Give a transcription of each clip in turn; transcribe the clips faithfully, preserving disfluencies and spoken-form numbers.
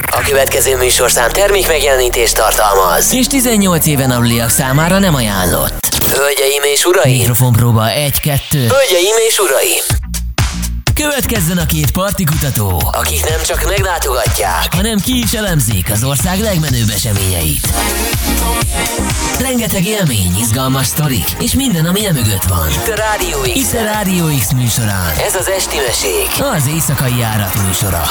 A következő műsorszám termék megjelenítést tartalmaz, és tizennyolc éven aluliak számára nem ajánlott. Hölgyeim és uraim! Mikrofonpróba egy kettő. Hölgyeim és uraim! Következzen a két partikutató, akik nem csak meglátogatják, hanem ki is elemzik az ország legmenőbb eseményeit. Rengeteg élmény, izgalmas sztorik, és minden, ami emögött van. Itt a Rádió X. Itt a Rádió X műsorán. Ez az Esti Mesék, az éjszakai járat műsora.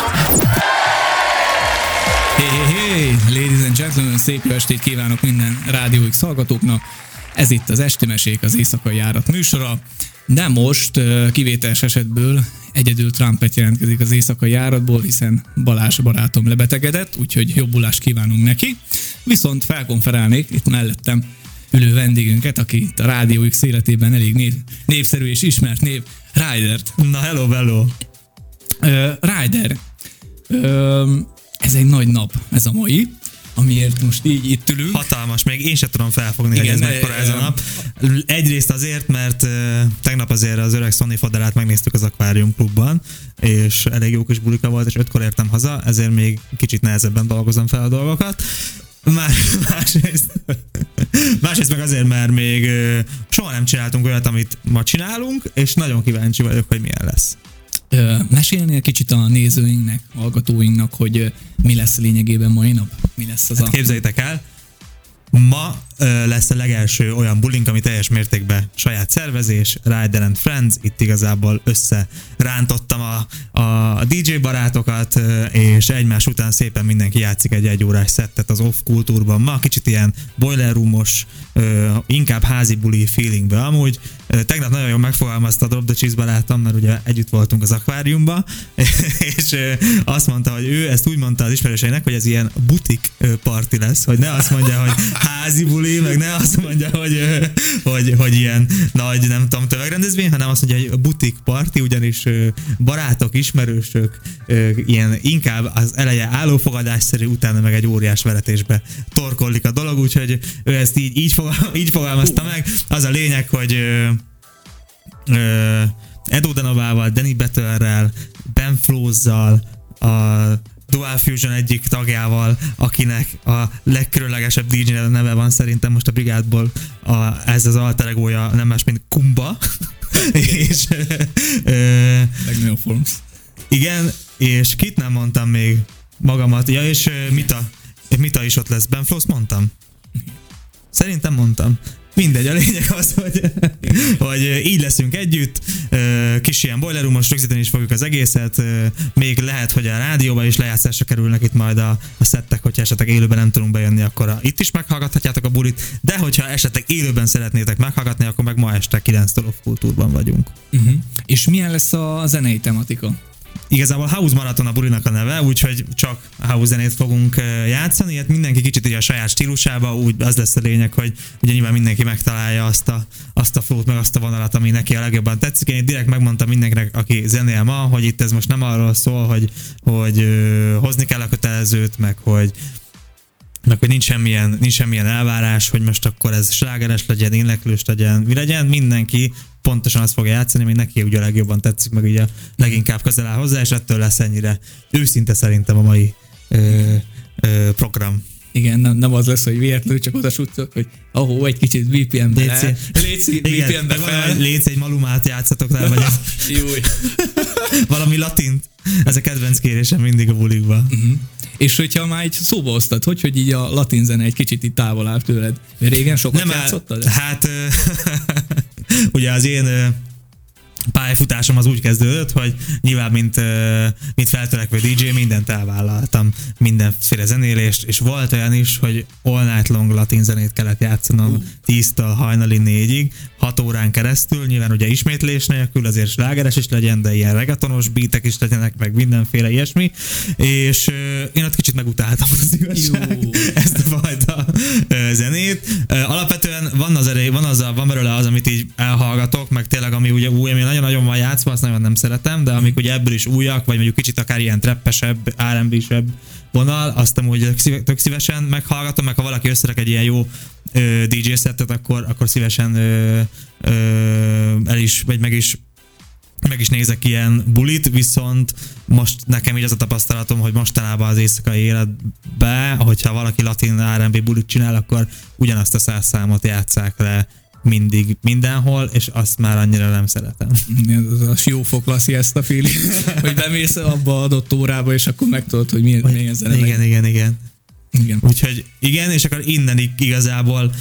Hey, hey, hey, ladies and gentlemen, szép jó estét kívánok minden Rádió X hallgatóknak. Ez itt az Esti Mesék, az éjszakai járat műsora. De most kivételes esetből egyedül Trumpet jelentkezik az éjszakai járatból, hiszen Balázs barátom lebetegedett, úgyhogy jobbulást kívánunk neki. Viszont felkonferálnék itt mellettem ülő vendégünket, aki itt a Rádió X életében elég név, népszerű és ismert név, Rydert. Na, hello, hello. Uh, Ryder, uh, ez egy nagy nap, ez a mai, amiért most így itt ülünk. Hatalmas, még én sem tudom felfogni, igen, hogy ez mekkora ez a nap. Egyrészt azért, mert uh, tegnap azért az öreg Sony Foderát megnéztük az Aquarium Klubban, és elég jó kis bulika volt, és ötkor értem haza, ezért még kicsit nehezebben dolgozom fel a dolgokat. Más, másrészt, másrészt meg azért, mert még uh, soha nem csináltunk olyat, amit ma csinálunk, és nagyon kíváncsi vagyok, hogy milyen lesz. Mesélnél kicsit a nézőinknek, hallgatóinknak, hogy mi lesz lényegében mai nap? Mi lesz az hát a... Képzeljétek el, ma ö, lesz a legelső olyan bulink, ami teljes mértékben saját szervezés, Ryder and Friends, itt igazából összerántottam a, a dé dzsé barátokat, ö, és egymás után szépen mindenki játszik egy egyórás szettet az off kultúrban. Ma kicsit ilyen boiler roomos, ö, inkább házi buli feelingbe amúgy. Ö, tegnap nagyon jól megfogalmazta a Drop the Cheese barátom, mert ugye együtt voltunk az akváriumban, és ö, azt mondta, hogy ő ezt úgy mondta az ismerőseinek, hogy ez ilyen butik party lesz, hogy ne azt mondja, hogy házi buli, meg ne azt mondja, hogy, hogy, hogy ilyen nagy, nem tudom, tömegrendezvény, hanem azt mondja, hogy butik party, ugyanis barátok, ismerősök, ilyen inkább az eleje állófogadásszerű, utána meg egy óriás veretésbe torkollik a dolog, úgyhogy ő ezt így, így, fogal, így fogalmazta meg. Az a lényeg, hogy Edo Denovával, Danny Bettelrel, Ben Flows-zal, a Dual Fusion egyik tagjával, akinek a legkülönlegesebb dé dzsé neve van szerintem most a brigádból, a, ez az alter egója nem más, mint Kumba. és Legnagyobb Forms. Igen, és kit nem mondtam még magamat. Ja, és Mita. Mita is ott lesz. Ben Flows mondtam? Szerintem mondtam. Mindegy, a lényeg az, hogy, hogy így leszünk együtt, kis ilyen boiler roomos, rögzíteni is fogjuk az egészet, még lehet, hogy a rádióba is lejátszásra kerülnek itt majd a, a szettek, hogyha esetleg élőben nem tudunk bejönni, akkor a, itt is meghallgathatjátok a bulit, de hogyha esetleg élőben szeretnétek meghallgatni, akkor meg ma este kilenctől off kultúrban vagyunk. Uh-huh. És milyen lesz a zenei tematika? Igazából House Marathon a bulinak a neve, úgyhogy csak house zenét fogunk játszani, hát mindenki kicsit így a saját stílusába, úgy az lesz a lényeg, hogy ugye nyilván mindenki megtalálja azt a, azt a flót, meg azt a vonalat, ami neki a legjobban tetszik. Én direkt megmondtam mindenkinek, aki zenél ma, hogy itt ez most nem arról szól, hogy, hogy hozni kell a kötelezőt, meg hogy meg hogy nincs semmilyen, nincs semmilyen elvárás, hogy most akkor ez slágeres legyen, éneklős legyen, mi legyen, mindenki pontosan azt fogja játszani, ami neki ugye a legjobban tetszik, meg ugye leginkább közel áll hozzá, és ettől lesz ennyire őszinte szerintem a mai ö, ö, program. Igen, nem, nem az lesz, hogy véletlenül csak oda suttok, hogy ahó, egy kicsit vé pé en-be le. Léci, vé pé en-be fel. Léci, egy malumát játszatok rá, vagy Júj. valami latint. Ez a kedvenc kérésem mindig a bulikban. Uh-huh. És hogyha már egy szóba hoztad, hogy, hogy így a latin zene egy kicsit itt távol áll tőled. Régen sokat nem játszottad? Hát ugye az én pályafutásom az úgy kezdődött, hogy nyilván mint, mint feltörekvő dé dzsé mindent elvállaltam, mindenféle zenélést, és volt olyan is, hogy all night long latin zenét kellett játszanom uh. tíztől hajnali négyig, hat órán keresztül, nyilván ugye ismétlés nélkül, azért slágeres is legyen, de ilyen reggaetonos beatek is legyenek, meg mindenféle ilyesmi, és én ott kicsit megutáltam az igazság, ezt a fajta zenét. Alapvetően van az erély, van, az a, van belőle az, amit így elhallgatok, meg tényleg ami ugye új, ami nagyon-nagyon van játszva, azt nagyon nem szeretem, de amik ugye ebből is újak, vagy mondjuk kicsit akár ilyen trappesebb, er end bé-sebb vonal, azt amúgy tök szívesen meghallgatom, meg ha valaki összerak egy ilyen jó ö, dé dzsé szettet, akkor, akkor szívesen ö, ö, el is, vagy meg is meg is nézek ilyen bulit, viszont most nekem így az a tapasztalatom, hogy mostanában az éjszakai életben, hogyha valaki latin er end bé bulit csinál, akkor ugyanazt a száz számot játsszák le mindig, mindenhol, és azt már annyira nem szeretem. Az a siófoklasszi ezt a feeling, hogy bemész abba adott órába, és akkor megtudod, hogy milyen, milyen zene. Igen, igen, igen. Igen. Úgyhogy igen, és akkor innen igazából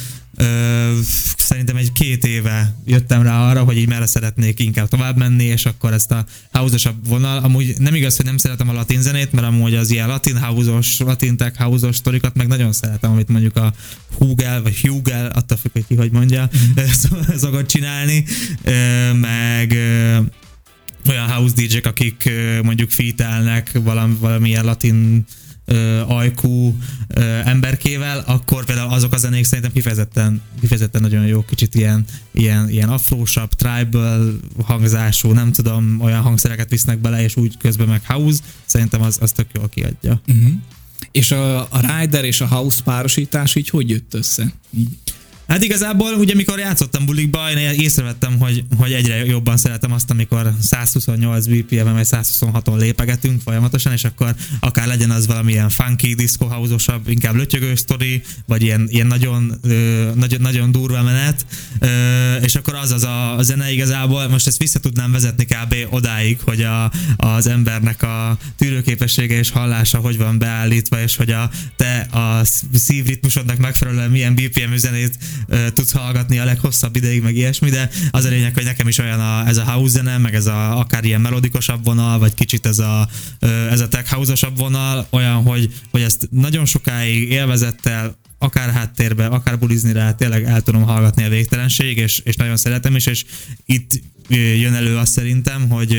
Ö, szerintem egy két éve jöttem rá arra, hogy így merre szeretnék inkább tovább menni, és akkor ezt a house-osabb vonal, amúgy nem igaz, hogy nem szeretem a latin zenét, mert amúgy az ilyen latin house-os, latin tech house-os sztorikat meg nagyon szeretem, amit mondjuk a Hugel, vagy Hugel, attól függ, hogy ki hogy mondja, mm-hmm. szokott csinálni, ö, meg ö, olyan house dé jék, akik ö, mondjuk featelnek valami, valamilyen latin Uh, ajkú uh, emberkével, akkor például azok a zenék szerintem kifejezetten, kifejezetten nagyon jó, kicsit ilyen, ilyen, ilyen afrósabb, tribal hangzású, nem tudom, olyan hangszereket visznek bele, és úgy közben meg house, szerintem az, az tök jól kiadja. Uh-huh. És a, a rider és a house párosítás így hogy jött össze? Így. Hát igazából, ugye mikor játszottam bulikba, én észrevettem, hogy, hogy egyre jobban szeretem azt, amikor száz huszonnyolc bé pé em-en vagy száz huszonhaton lépegetünk folyamatosan, és akkor akár legyen az valamilyen funky, disco house-osabb, inkább lötyögő sztori, vagy ilyen, ilyen nagyon, ö, nagyon, nagyon durva menet, ö, és akkor az az a, a zene igazából, most ezt vissza tudnám vezetni kb. Odáig, hogy a, az embernek a tűrőképessége és hallása hogy van beállítva, és hogy a, te a szívritmusodnak megfelelően milyen bé pé em zenét tudsz hallgatni a leghosszabb ideig, meg ilyesmi, de az a lényeg, hogy nekem is olyan a, ez a house zene, meg ez a akár ilyen melodikusabb vonal, vagy kicsit ez a, ez a tech house-osabb vonal, olyan, hogy, hogy ezt nagyon sokáig élvezettel, akár háttérbe, akár bulizni rá, tényleg el tudom hallgatni a végtelenség, és, és nagyon szeretem is, és itt jön elő azt szerintem, hogy,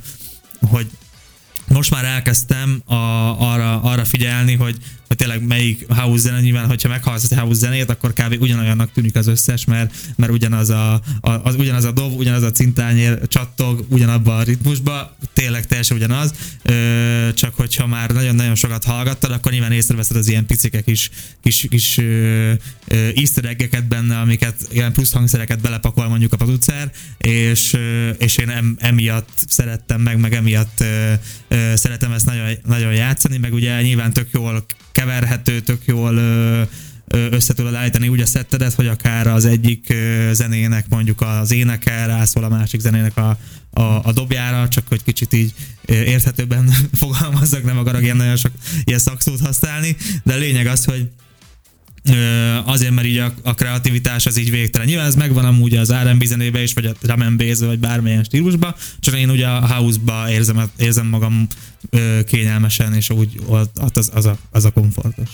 hogy most már elkezdtem a, arra, arra figyelni, hogy, hogy tényleg melyik house zene, nyilván, hogyha meghallgatsz egy house zenét, akkor kb. Ugyanolyannak tűnik az összes, mert, mert ugyanaz, a, a, az, ugyanaz a dob, ugyanaz a cintányér csattog, ugyanabba a ritmusba, tényleg teljesen ugyanaz, ö, csak hogyha már nagyon-nagyon sokat hallgattad, akkor nyilván észreveszed az ilyen picike kis, kis, kis ö, ö, easter egg-eket benne, amiket ilyen plusz hangszereket belepakol mondjuk a producer, és, ö, és én em, emiatt szerettem meg, meg emiatt ö, ö, szeretem ezt nagyon, nagyon játszani, meg ugye nyilván tök jól keverhető, tök jól ö, össze tudod állítani úgy a szettedet, hogy akár az egyik zenének mondjuk az éneke rászól a másik zenének a, a, a dobjára, csak hogy kicsit így érthetőbben fogalmazzak, nem akarok ilyen nagyon sok ilyen szakszót használni, de a lényeg az, hogy azért, mert így a, a kreativitás az így végtelen. Nyilván ez megvan amúgy az er end bé zenébe is, vagy a drum and bass, vagy bármilyen stílusba, csak én ugye a house-ba érzem, érzem magam kényelmesen, és úgy az, az, a, az a komfortos.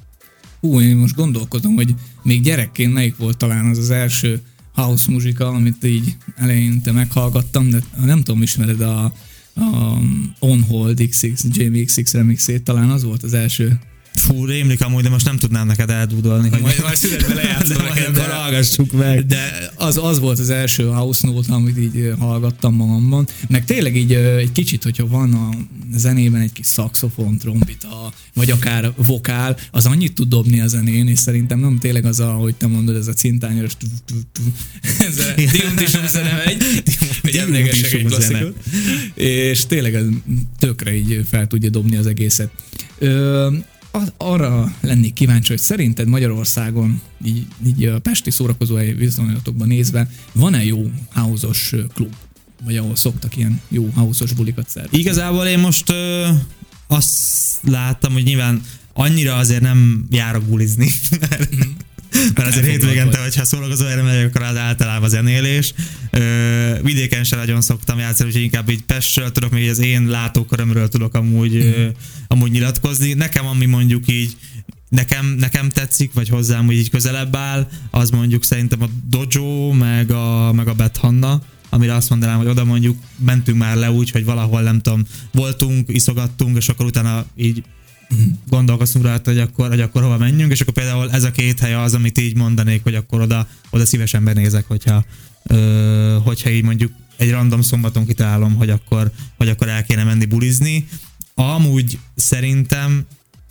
Hú, én most gondolkozom, hogy még gyerekként melyik volt talán az az első house muzsika, amit így eleinte meghallgattam, de nem tudom, ismered a, a On Hold iksz iksz, Jamie iksz iksz remixét, talán az volt az első. Fú, rémlik amúgy, de most nem tudnám neked eldúdolni. Majd, majd születve lejátszom neked, de hallgassuk meg. De az, az volt az első house note, amit így hallgattam magamban. Meg tényleg így egy kicsit, hogyha van a zenében egy kis szaxofon, trombita, vagy akár vokál, az annyit tud dobni a zenén, és szerintem nem tényleg az, ahogy te mondod, ez a cintányos ez a diumtisum zene megy, hogy emlékeztek egy klasszikot. És tényleg ez tökre így fel tudja dobni az egészet. Ö, Arra lennék kíváncsi, hogy szerinted Magyarországon, így, így a pesti szórakozóhely viszonylatokban nézve, van-e jó house-os klub? Vagy ahol szoktak ilyen jó house-os bulikat szervezni? Igazából én most ö, azt láttam, hogy nyilván annyira azért nem járok bulizni, mert, mm. mert azért hétvégente, hogyha szórakozóhelyre megyek, akkor az általában zenélés. Ö, vidéken sem nagyon szoktam játszani, úgyhogy inkább így Pestről tudok, még az én látókörömről tudok amúgy, mm. ö, amúgy nyilatkozni. Nekem, ami mondjuk így nekem, nekem tetszik, vagy hozzám úgy így közelebb áll, az mondjuk szerintem a Dojo, meg a, meg a Beth Hanna, amire azt mondanám, hogy oda mondjuk mentünk már le úgy, hogy valahol nem tudom, voltunk, iszogattunk, és akkor utána így gondolkoztunk rá, hogy akkor, hogy akkor hova menjünk, és akkor például ez a két hely az, amit így mondanék, hogy akkor oda, oda szívesen benézek, hogyha, ö, hogyha így mondjuk egy random szombaton kitalálom, hogy akkor, hogy akkor el kéne menni bulizni. Amúgy szerintem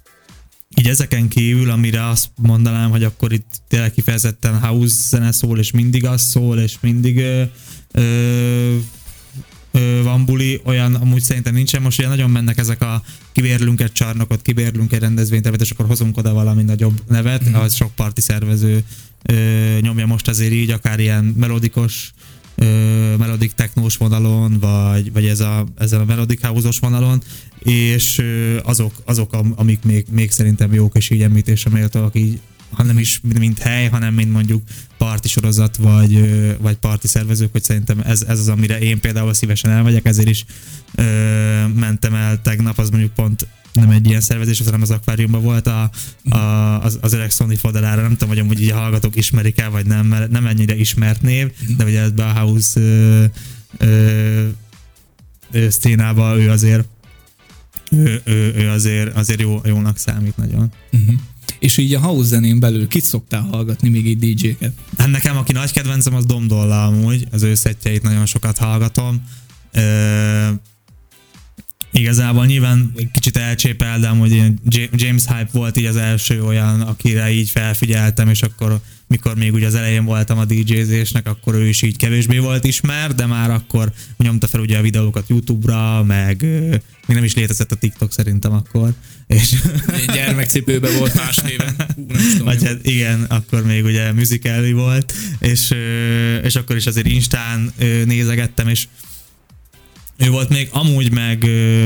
így ezeken kívül, amire azt mondanám, hogy akkor itt tényleg kifejezetten house zene szól, és mindig az szól, és mindig ö, ö, van buli, olyan amúgy szerintem nincsen. Most ugye nagyon mennek ezek a kibérlünk egy csarnokot, kibérlünk egy rendezvénytervet, és akkor hozunk oda valami nagyobb nevet, mm. az sok parti szervező ö, nyomja most azért így, akár ilyen melodikos, ö, melodik technós vonalon, vagy, vagy ez a, ezzel a melodic house-os vonalon, és ö, azok, azok, amik még, még szerintem jók, és így említésre méltóak, így ha nem is mint hely, hanem mint mondjuk parti sorozat, vagy, vagy parti szervezők, hogy szerintem ez, ez az, amire én például szívesen elmegyek, ezért is ö, mentem el tegnap, az mondjuk pont nem egy ilyen szervezés, hanem az akváriumban volt a, a, az, az öreg Sony Fodelára, nem tudom, hogy amúgy így a hallgatók ismerik el, vagy nem, mert nem ennyire ismert név, de ugye ebben a house ö, ö, ö, szcénában ő azért ő, ő, ő azért, azért jó, jónak számít nagyon. Uh-huh. És így a house zenén belül kit szoktál hallgatni még így dé dzséket? Hát nekem, aki nagy kedvencem, az Dom Dolla amúgy, az ő szettjeit nagyon sokat hallgatom. Ö, igazából nyilván kicsit elcsépel, de amúgy James Hype volt így az első olyan, akire így felfigyeltem, és akkor mikor még ugye az elején voltam a dé dzsézésnek, akkor ő is így kevésbé volt ismert, de már akkor nyomta fel ugye a videókat YouTube-ra, meg még nem is létezett a TikTok szerintem akkor. És gyermekcipőben volt más néven. Hú, vagy hát igen, akkor még ugye Musical.ly volt, és, és akkor is azért Instán nézegettem, és ő volt még amúgy meg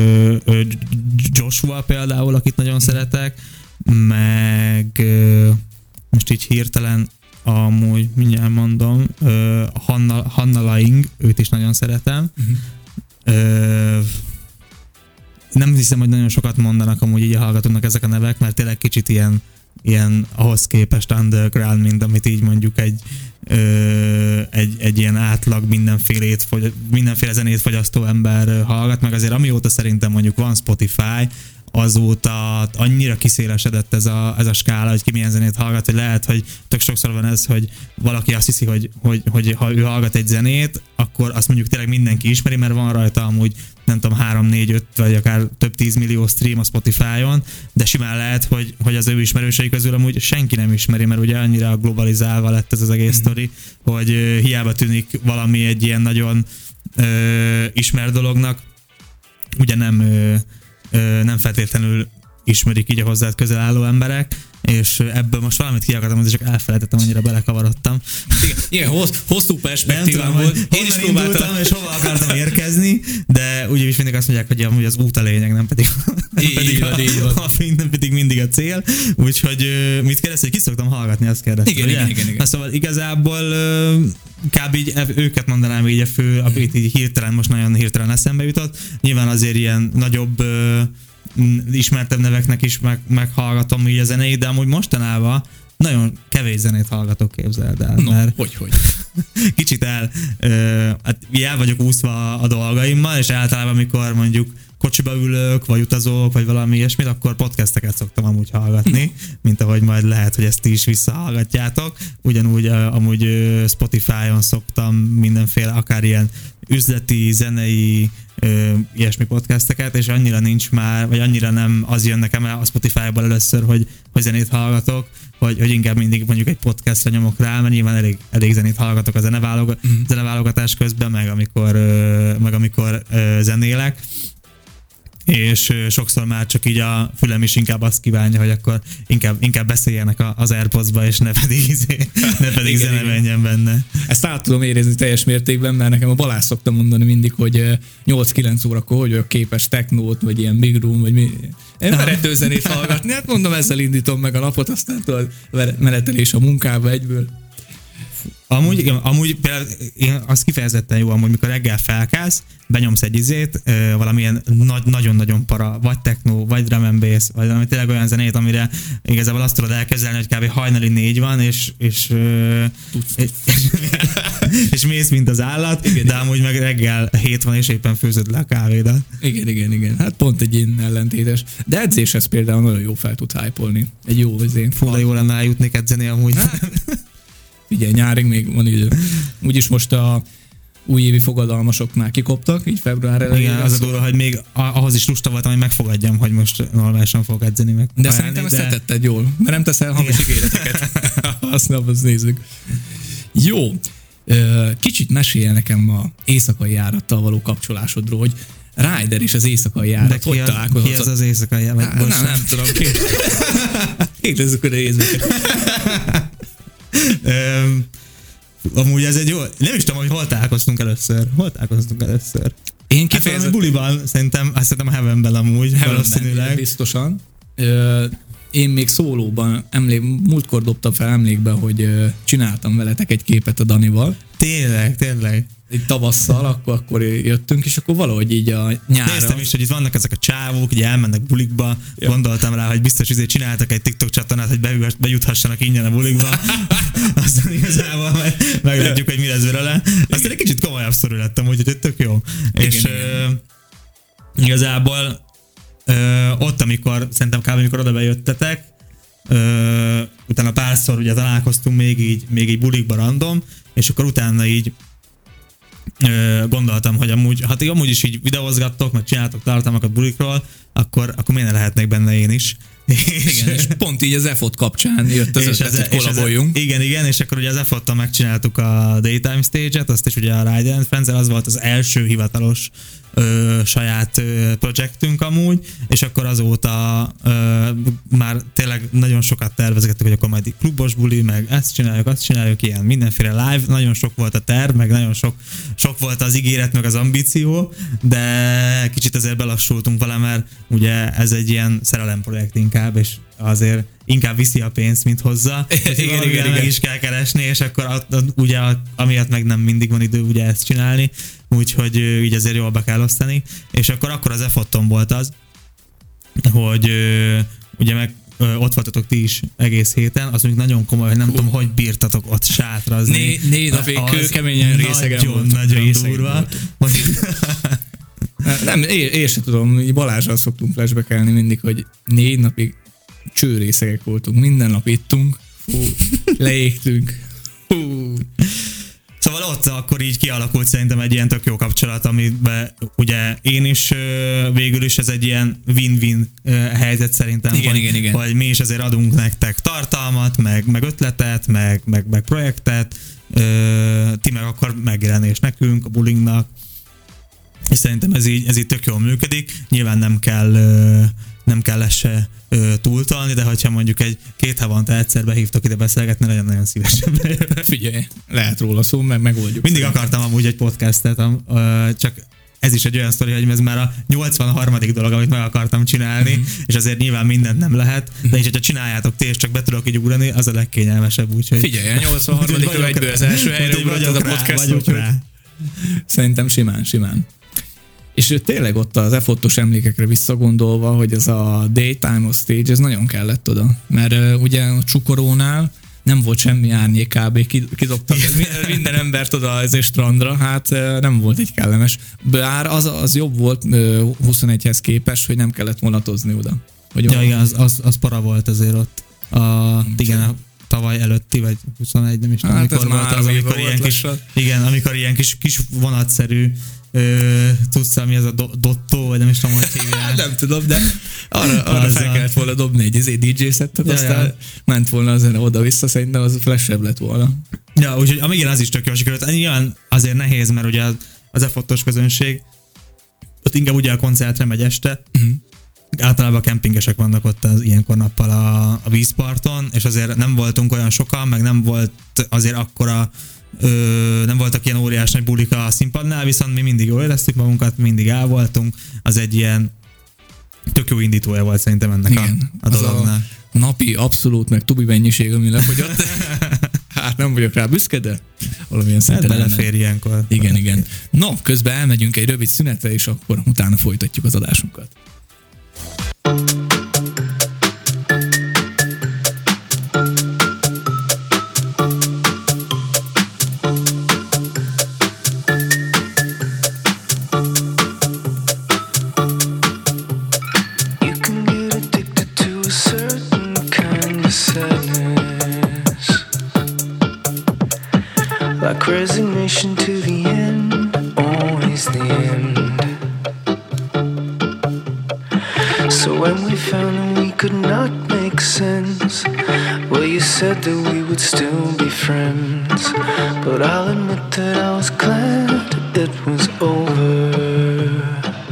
Joshua például, akit nagyon szeretek, meg most így hirtelen amúgy mindjárt mondom, Hanna, Hanna Laing, őt is nagyon szeretem. Uh-huh. Nem hiszem, hogy nagyon sokat mondanak amúgy így a hallgatóknak ezek a nevek, mert tényleg kicsit ilyen, ilyen ahhoz képest underground, mint amit így mondjuk egy, ö, egy, egy ilyen átlag mindenfélét, mindenféle zenét fogyasztó ember hallgat, meg azért amióta szerintem mondjuk van Spotify, azóta annyira kiszélesedett ez a, ez a skála, hogy ki milyen zenét hallgat, hogy lehet, hogy tök sokszor van ez, hogy valaki azt hiszi, hogy, hogy, hogy ha ő hallgat egy zenét, akkor azt mondjuk tényleg mindenki ismeri, mert van rajta amúgy nem tudom, három, négy, öt, vagy akár több tízmillió stream a Spotify-on, de simán lehet, hogy, hogy az ő ismerősei közül amúgy senki nem ismeri, mert ugye annyira globalizálva lett ez az egész sztori, mm. hogy uh, hiába tűnik valami egy ilyen nagyon uh, ismert dolognak, ugye nem uh, nem feltétlenül ismerik így a hozzád közel álló emberek, és ebből most valamit ki akartam, csak elfelejtettem, annyira belekavarodtam. Igen, igen hossz, hosszú perspektívám volt. Én is próbáltam, és hova akartam érkezni, de úgy is mindig azt mondják, hogy amúgy az út a lényeg, nem pedig, így pedig, van, a, így van. A, nem pedig mindig a cél. Úgyhogy mit kérdezte, hogy ki szoktam hallgatni, azt kérdeztem. Igen, igen, igen, igen. Na, szóval igazából kb. Így őket mondanám így a fő, amit így hirtelen, most nagyon hirtelen eszembe jutott. Nyilván azért ilyen nagyobb ismertebb neveknek is meg, meghallgatom így a zenét, de amúgy mostanában nagyon kevés zenét hallgatok, képzeld el. No, mert hogy, hogy. Kicsit el, ö, hát el vagyok úszva a dolgaimmal, és általában amikor mondjuk kocsiba ülök, vagy utazok, vagy valami ilyesmit, akkor podcasteket szoktam amúgy hallgatni, mint ahogy majd lehet, hogy ezt ti is visszahallgatjátok. Ugyanúgy amúgy Spotify-on szoktam mindenféle, akár ilyen üzleti, zenei, ö, ilyesmi podcasteket, és annyira nincs már, vagy annyira nem az jön nekem el a Spotify-ból először, hogy, hogy zenét hallgatok, hogy, hogy inkább mindig mondjuk egy podcastra nyomok rá, mert nyilván elég, elég zenét hallgatok a zeneválogat, mm. zeneválogatás közben, meg amikor, ö, meg amikor ö, zenélek. És sokszor már csak így a fülem is inkább azt kívánja, hogy akkor inkább, inkább beszéljenek az AirPods-ba, és ne pedig, ne pedig igen, zene menjen benne. Ezt át tudom érezni teljes mértékben, mert nekem a Balázs szokta mondani mindig, hogy nyolc-kilenc órakor hogy vagyok képes technót, vagy ilyen big room, vagy mi, verető zenét hallgatni. Hát mondom, ezzel indítom meg a napot, aztán tudod, menetelés a munkába egyből. Amúgy, igen, amúgy például én az kifejezetten jó, amúgy mikor reggel felkelsz, benyomsz egy izét, valamilyen nagy, nagyon-nagyon para, vagy techno, vagy drum and bass, vagy valami tényleg olyan zenét, amire igazából azt tudod elképzelni, hogy kb. Hajnali négy van, és és, és, és mész, mint az állat, igen, de amúgy meg reggel hét van, és éppen főzöd le a kávédat. Igen, igen, igen. Hát pont egy ilyen ellentétes. De edzéshez például nagyon jó fel tud hype-olni. Egy jó izé. Fú, de jó lenne eljutnék edzeni amúgy. Hát, ugye nyárig még van idő. Úgyis most a újévi fogadalmasoknál kikoptak, így február elején. Igen, az a durva, hogy még ahhoz is lusta voltam, hogy megfogadjam, hogy most normálisan fogok edzeni meg. De szerintem ezt de... tetted jól, mert nem teszel hamis ígéreteket. Azt nem, azt nézzük. Jó. Kicsit mesélj nekem a éjszakai járattal való kapcsolásodról, hogy Ryder és az éjszakai járat, hogy találkozott? Ki az az éjszakai járat? Nem, nem, nem tudom. Kérdezzük oda észbeket. Amúgy ez egy jó, nem is tudom, hogy hol találkoztunk először. Hol találkoztunk először? Én kifejezetten... Hát buliban, szerintem, azt szerintem a Heavenben amúgy, Heavenben, valószínűleg. Biztosan. Ö, én még szólóban, emlék, múltkor dobtam fel emlékbe, hogy ö, csináltam veletek egy képet a Danival. Tényleg, tényleg. Itt tavasszal, akkor, akkor jöttünk, és akkor valahogy így a nyára. Néztem is, hogy itt vannak ezek a csávók, ugye elmennek bulikba, ja. Gondoltam rá, hogy biztos izé csináltak egy TikTok csatornát, hogy bejuthassanak ingyen a bulikba. Aztán igazából meglátjuk, hogy mi lesz belőle. Aztán egy kicsit komolyabb szorú lettem, úgyhogy tök jó. Igen, és igen. Ö, igazából ö, ott, amikor, szerintem kb. Amikor oda bejöttetek, ö, utána párszor ugye találkoztunk még így, még így bulikba random, és akkor utána így gondoltam, hogy amúgy, hát amúgy is így videózgattok, meg csináltok tartalmakat bulikról, akkor, akkor miért ne lehetnék benne én is. Igen, és pont így az e fot kapcsán jött az ötlet, hogy kollaboljunk. Igen, igen, és akkor ugye az e fottal megcsináltuk a Daytime Stage-et, azt is ugye a Ryder and Friends, az volt az első hivatalos ö, saját ö, projektünk amúgy, és akkor azóta ö, már tényleg nagyon sokat tervezgettük, hogy akkor majd egy klubos buli, meg ezt csináljuk, azt csináljuk, ilyen mindenféle live, nagyon sok volt a terv, meg nagyon sok, sok volt az ígéret, meg az ambíció, de kicsit azért belassultunk vele, mert ugye ez egy ilyen szerelemprojekt inkább, és azért inkább viszi a pénzt, mint hozzá. igen, igen, igen, meg is kell keresni, és akkor a, a, ugye amiatt meg nem mindig van idő ugye ezt csinálni, úgyhogy így azért jól be kell osztani. És akkor akkor az e foton volt az, hogy ugye meg ott voltatok ti is egész héten, az még nagyon komoly, hogy nem uh. tudom, hogy bírtatok ott sátrazni. Né, négy napig kőkeményen részegen nagyon, nagyon durva. Nem, én, én sem tudom, így Balázsral szoktunk flashbackelni mindig, hogy négy napig csőrészegek voltunk, minden nap ittunk, hú, leégtünk. Hú. Szóval ott akkor így kialakult szerintem egy ilyen tök jó kapcsolat, amiben ugye én is végül is ez egy ilyen win-win helyzet szerintem, igen, hogy, igen, igen. hogy mi is azért adunk nektek tartalmat, meg, meg ötletet, meg, meg, meg projektet, ti meg akkor megjelenés nekünk, a bulingnak, és szerintem ez így, ez így tök jól működik. Nyilván nem kell, nem kell ezt se túltolni, de hogyha mondjuk egy két havonta egyszer behívtok ide beszélgetni, nagyon-nagyon szívesen bejövök. Figyelj, lehet róla szó, meg megoldjuk. Mindig akartam amúgy egy podcastet, csak ez is egy olyan sztori, hogy ez már a nyolcvanharmadik dolog, amit meg akartam csinálni, mm-hmm. és azért nyilván mindent nem lehet, mm-hmm. de így, hogyha csináljátok ti, és csak be tudok így ugrani, az a legkényelmesebb. Úgyhogy... Figyelj, a nyolcvanharmadikról egyből az első helyre ugrott az a podcast. Szerintem simán, simán. És tényleg ott az e fotos emlékekre visszagondolva, hogy ez a Daytime Stage, ez nagyon kellett oda. Mert uh, ugye a Csukorónál nem volt semmi árnyék, kb. Kidobtak minden embert oda ezért strandra, hát uh, nem volt egy kellemes. Bár az, az jobb volt uh, huszonegyhez képest, hogy nem kellett vonatozni oda. Hogy ja, igen, az, az, az para volt azért ott. A, igen, a tavaly előtti, vagy huszonegy, nem is tudom, hát amikor volt az, amikor ilyen kis, igen, amikor ilyen kis, kis vonatszerű Ö, tudsz, mi ez a do- Dotto, vagy nem is tudom, hogy hívják. Nem tudom, de arra, arra fel a... kellett volna dobni egy dé dzsé szettet, ja, aztán ja. ment volna az oda-vissza, szerintem az flash-ebb lett volna. Ja, úgyhogy amíg igen, az is tök jól sikerült. Nyilván azért nehéz, mert ugye az, az e-fotós közönség ott inkább ugye a koncertre megy este, uh-huh. általában a kempingesek vannak ott az ilyenkor nappal a, a vízparton, és azért nem voltunk olyan sokan, meg nem volt azért akkora Ö, nem voltak ilyen óriás nagy bulika a színpadnál, viszont mi mindig jól éreztük magunkat, mindig el voltunk, az egy ilyen tök jó indítója volt szerintem ennek igen, a, a dolognál. A napi abszolút, meg tubi mennyiség, ami lefogyott. Hát nem vagyok rá büszke, de valamilyen szinten hát belefér ilyenkor. Igen, igen. No, közben elmegyünk egy rövid szünetre, és akkor utána folytatjuk az adásunkat. Resignation to the end, always the end. So when we found that we could not make make sense. Well, you said that we would still be friends, but I'll admit that I was glad it was over.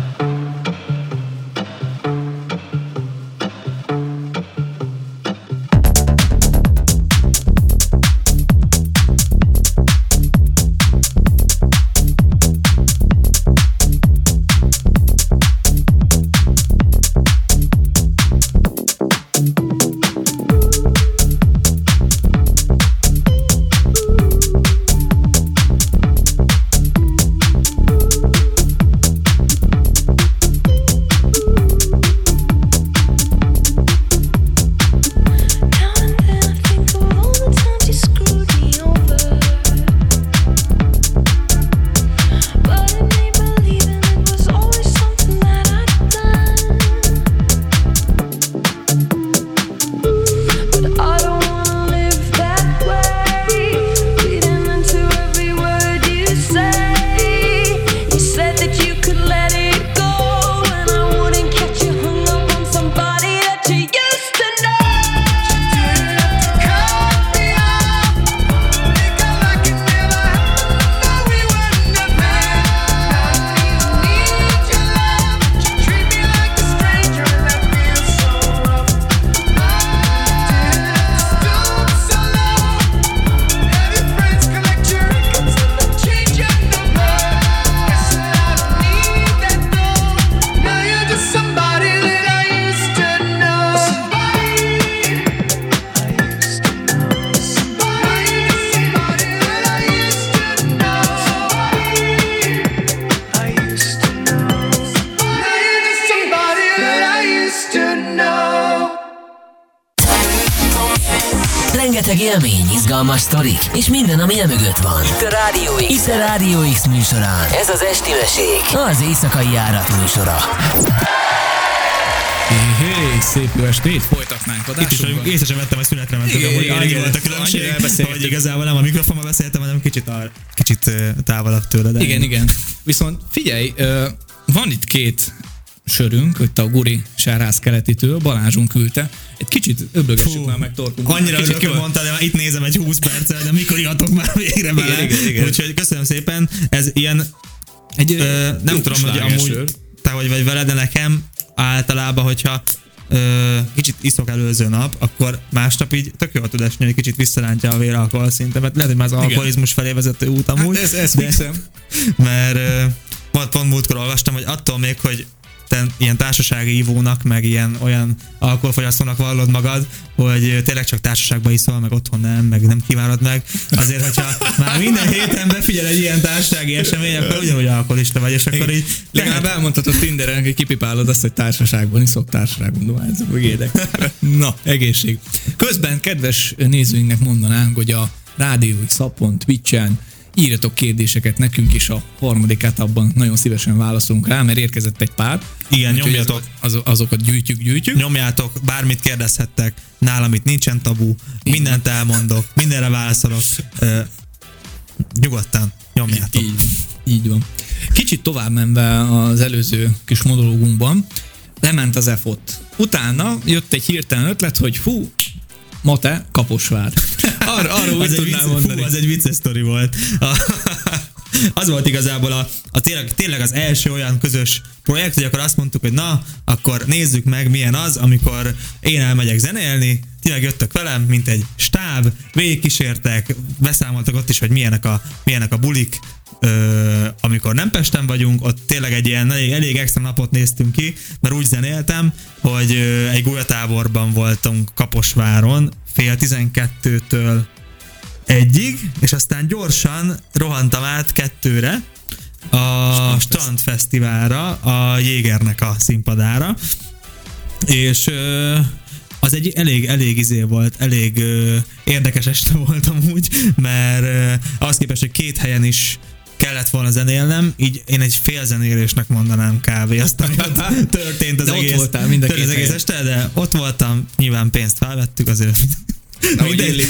Rengeteg élmény, izgalmas sztorik, és minden, ami emögött van. Itt a Rádió X. Itt a Rádió X műsorán. Ez az Esti Mesék, az éjszakai járat műsora. Hé, hé, szép jó estét, folytatnánk adásunkat. Itt is vagyunk, észre sem vettem, hogy szünetre mentünk, amúgy annyi volt a különbség, hogy igazából nem a mikrofonba beszéltem, hanem kicsit, a, kicsit távolabb tőle. De igen, igen. Viszont figyelj, van itt két sörünk, hogy a Guri Sárház keletitől, Balázsunk küldte. Egy kicsit öblögessük már meg torkunk. Annyira örülök, hogy mondtad, de itt nézem egy húsz perccel, de mikor ihatok már végre bele. Igen, igen, igen. Úgyhogy köszönöm szépen. Ez ilyen, egy, ö, nem tudom, hogy amúgy sör. Te hogy vagy vele, de nekem általában, hogyha ö, kicsit iszok előző nap, akkor másnap így tök jól tud esni, hogy kicsit visszarántja a véralkohol szintemet. Lehet, hogy már az alkoholizmus felé vezető út amúgy. Hát ez, ez de, mert ö, pont múltkor olvastam, hogy attól még, hogy te ilyen társasági ivónak, meg ilyen olyan alkoholfogyasztónak vallod magad, hogy tényleg csak társaságban iszol, meg otthon nem, meg nem kívánod meg. Azért, hogyha már minden héten befigyel egy ilyen társasági esemény, akkor ugyanúgy alkoholista vagy, és akkor így... Legalább elmondhatod Tinderen, hogy kipipálod azt, hogy társaságban iszok, társaságban dohányzok, meg édek. Na, egészség. Közben kedves nézőinknek mondanánk, hogy a Rádió X-on, Twitch-en írjatok kérdéseket nekünk is, a harmadik etapban nagyon szívesen válaszolunk rá, mert érkezett egy pár. Igen, nyomjatok. Az, azokat gyűjtjük, gyűjtjük. Nyomjátok, bármit kérdezhettek, nálam itt nincsen tabu, mindent elmondok, mindenre válaszolok. Uh, nyugodtan, nyomjátok. Így, így van. Kicsit tovább menve az előző kis monológunkban, lement az F ott. Utána jött egy hirtelen ötlet, hogy hú, ma te Kaposvár. Arra, arra úgy tudnám vicc, mondani. Fú, az egy vicces sztori volt. Az volt igazából a, a tényleg, tényleg az első olyan közös projekt, hogy akkor azt mondtuk, hogy na, akkor nézzük meg, milyen az, amikor én elmegyek zenélni, ti meg jöttök velem, mint egy stáb, végigkísértek, beszámoltak ott is, hogy milyenek a, milyenek a bulik, Ö, amikor nem Pesten vagyunk, ott tényleg egy ilyen elég, elég extra napot néztünk ki, mert úgy zenéltem, hogy ö, egy gólyatáborban voltunk Kaposváron, fél tizenkettőtől egyig, és aztán gyorsan rohantam át kettőre a Strandfesztiválra, a Jégernek a színpadára, és ö, az egy elég, elég izé volt, elég ö, érdekes este volt amúgy, mert ö, ahhoz képest, hogy két helyen is kellett volna zenélnem, így én egy félzenélésnek mondanám kávé, aztán történt az de egész, ott voltál mind a két az egész este, de ott voltam, nyilván pénzt felvettük azért. Na, mindegy.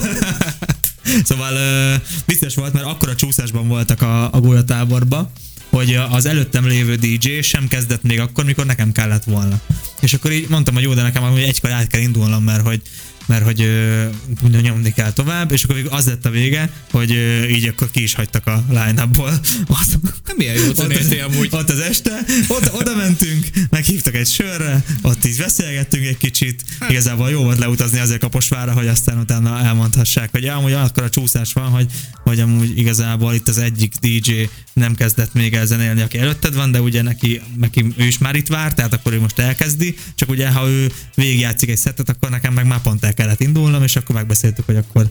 Szóval ö, biztos volt, mert akkora csúszásban voltak a, a gólyatáborba, hogy az előttem lévő dé dzsé sem kezdett még akkor, mikor nekem kellett volna. És akkor így mondtam, hogy jó, de nekem hogy egykor át kell indulnom, mert hogy mert hogy ö, nyomni kell tovább, és akkor az lett a vége, hogy ö, így akkor ki is hagytak a line-upból. Nem ilyen jó zenéltél amúgy. Ott az este, ott, oda mentünk, meghívtak egy sörre, ott így beszélgettünk egy kicsit, hát. Igazából jó volt leutazni azért Kaposvárra, hogy aztán utána elmondhassák, hogy ja, amúgy akkor a csúszás van, hogy, hogy amúgy igazából itt az egyik dé dzsé nem kezdett még el zenélni, aki előtted van, de ugye neki, neki ő is már itt vár, tehát akkor ő most elkezdi, csak ugye ha ő végigjátszik egy szettet, akkor nekem meg már pont el kellett indulnom, és akkor megbeszéltük, hogy akkor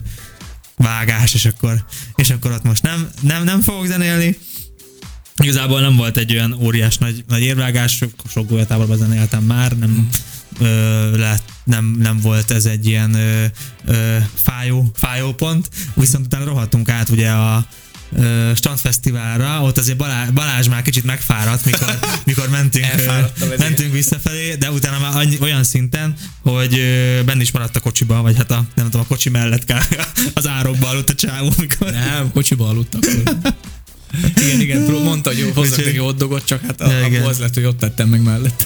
vágás, és akkor, és akkor ott most nem, nem, nem fogok zenélni. Igazából nem volt egy olyan óriás nagy, nagy érvágás, sok, sok golyatáborban zenéltem már, nem, ö, lett, nem, nem volt ez egy ilyen ö, ö, fájó, fájó pont, viszont utána rohadtunk át ugye a Strandfesztiválra, ott azért Balázs, Balázs már kicsit megfáradt, mikor, mikor mentünk, mentünk visszafelé, de utána már annyi, olyan szinten, hogy benne is maradt a kocsiba, vagy hát a, nem tudom, a kocsi mellett az árokba aludt a csávó, mikor... Nem, kocsiba aludt akkor. Igen, igen, mondta, hogy hozzak neki hotdogot, csak hát abból az lett, hogy ott tettem meg mellett.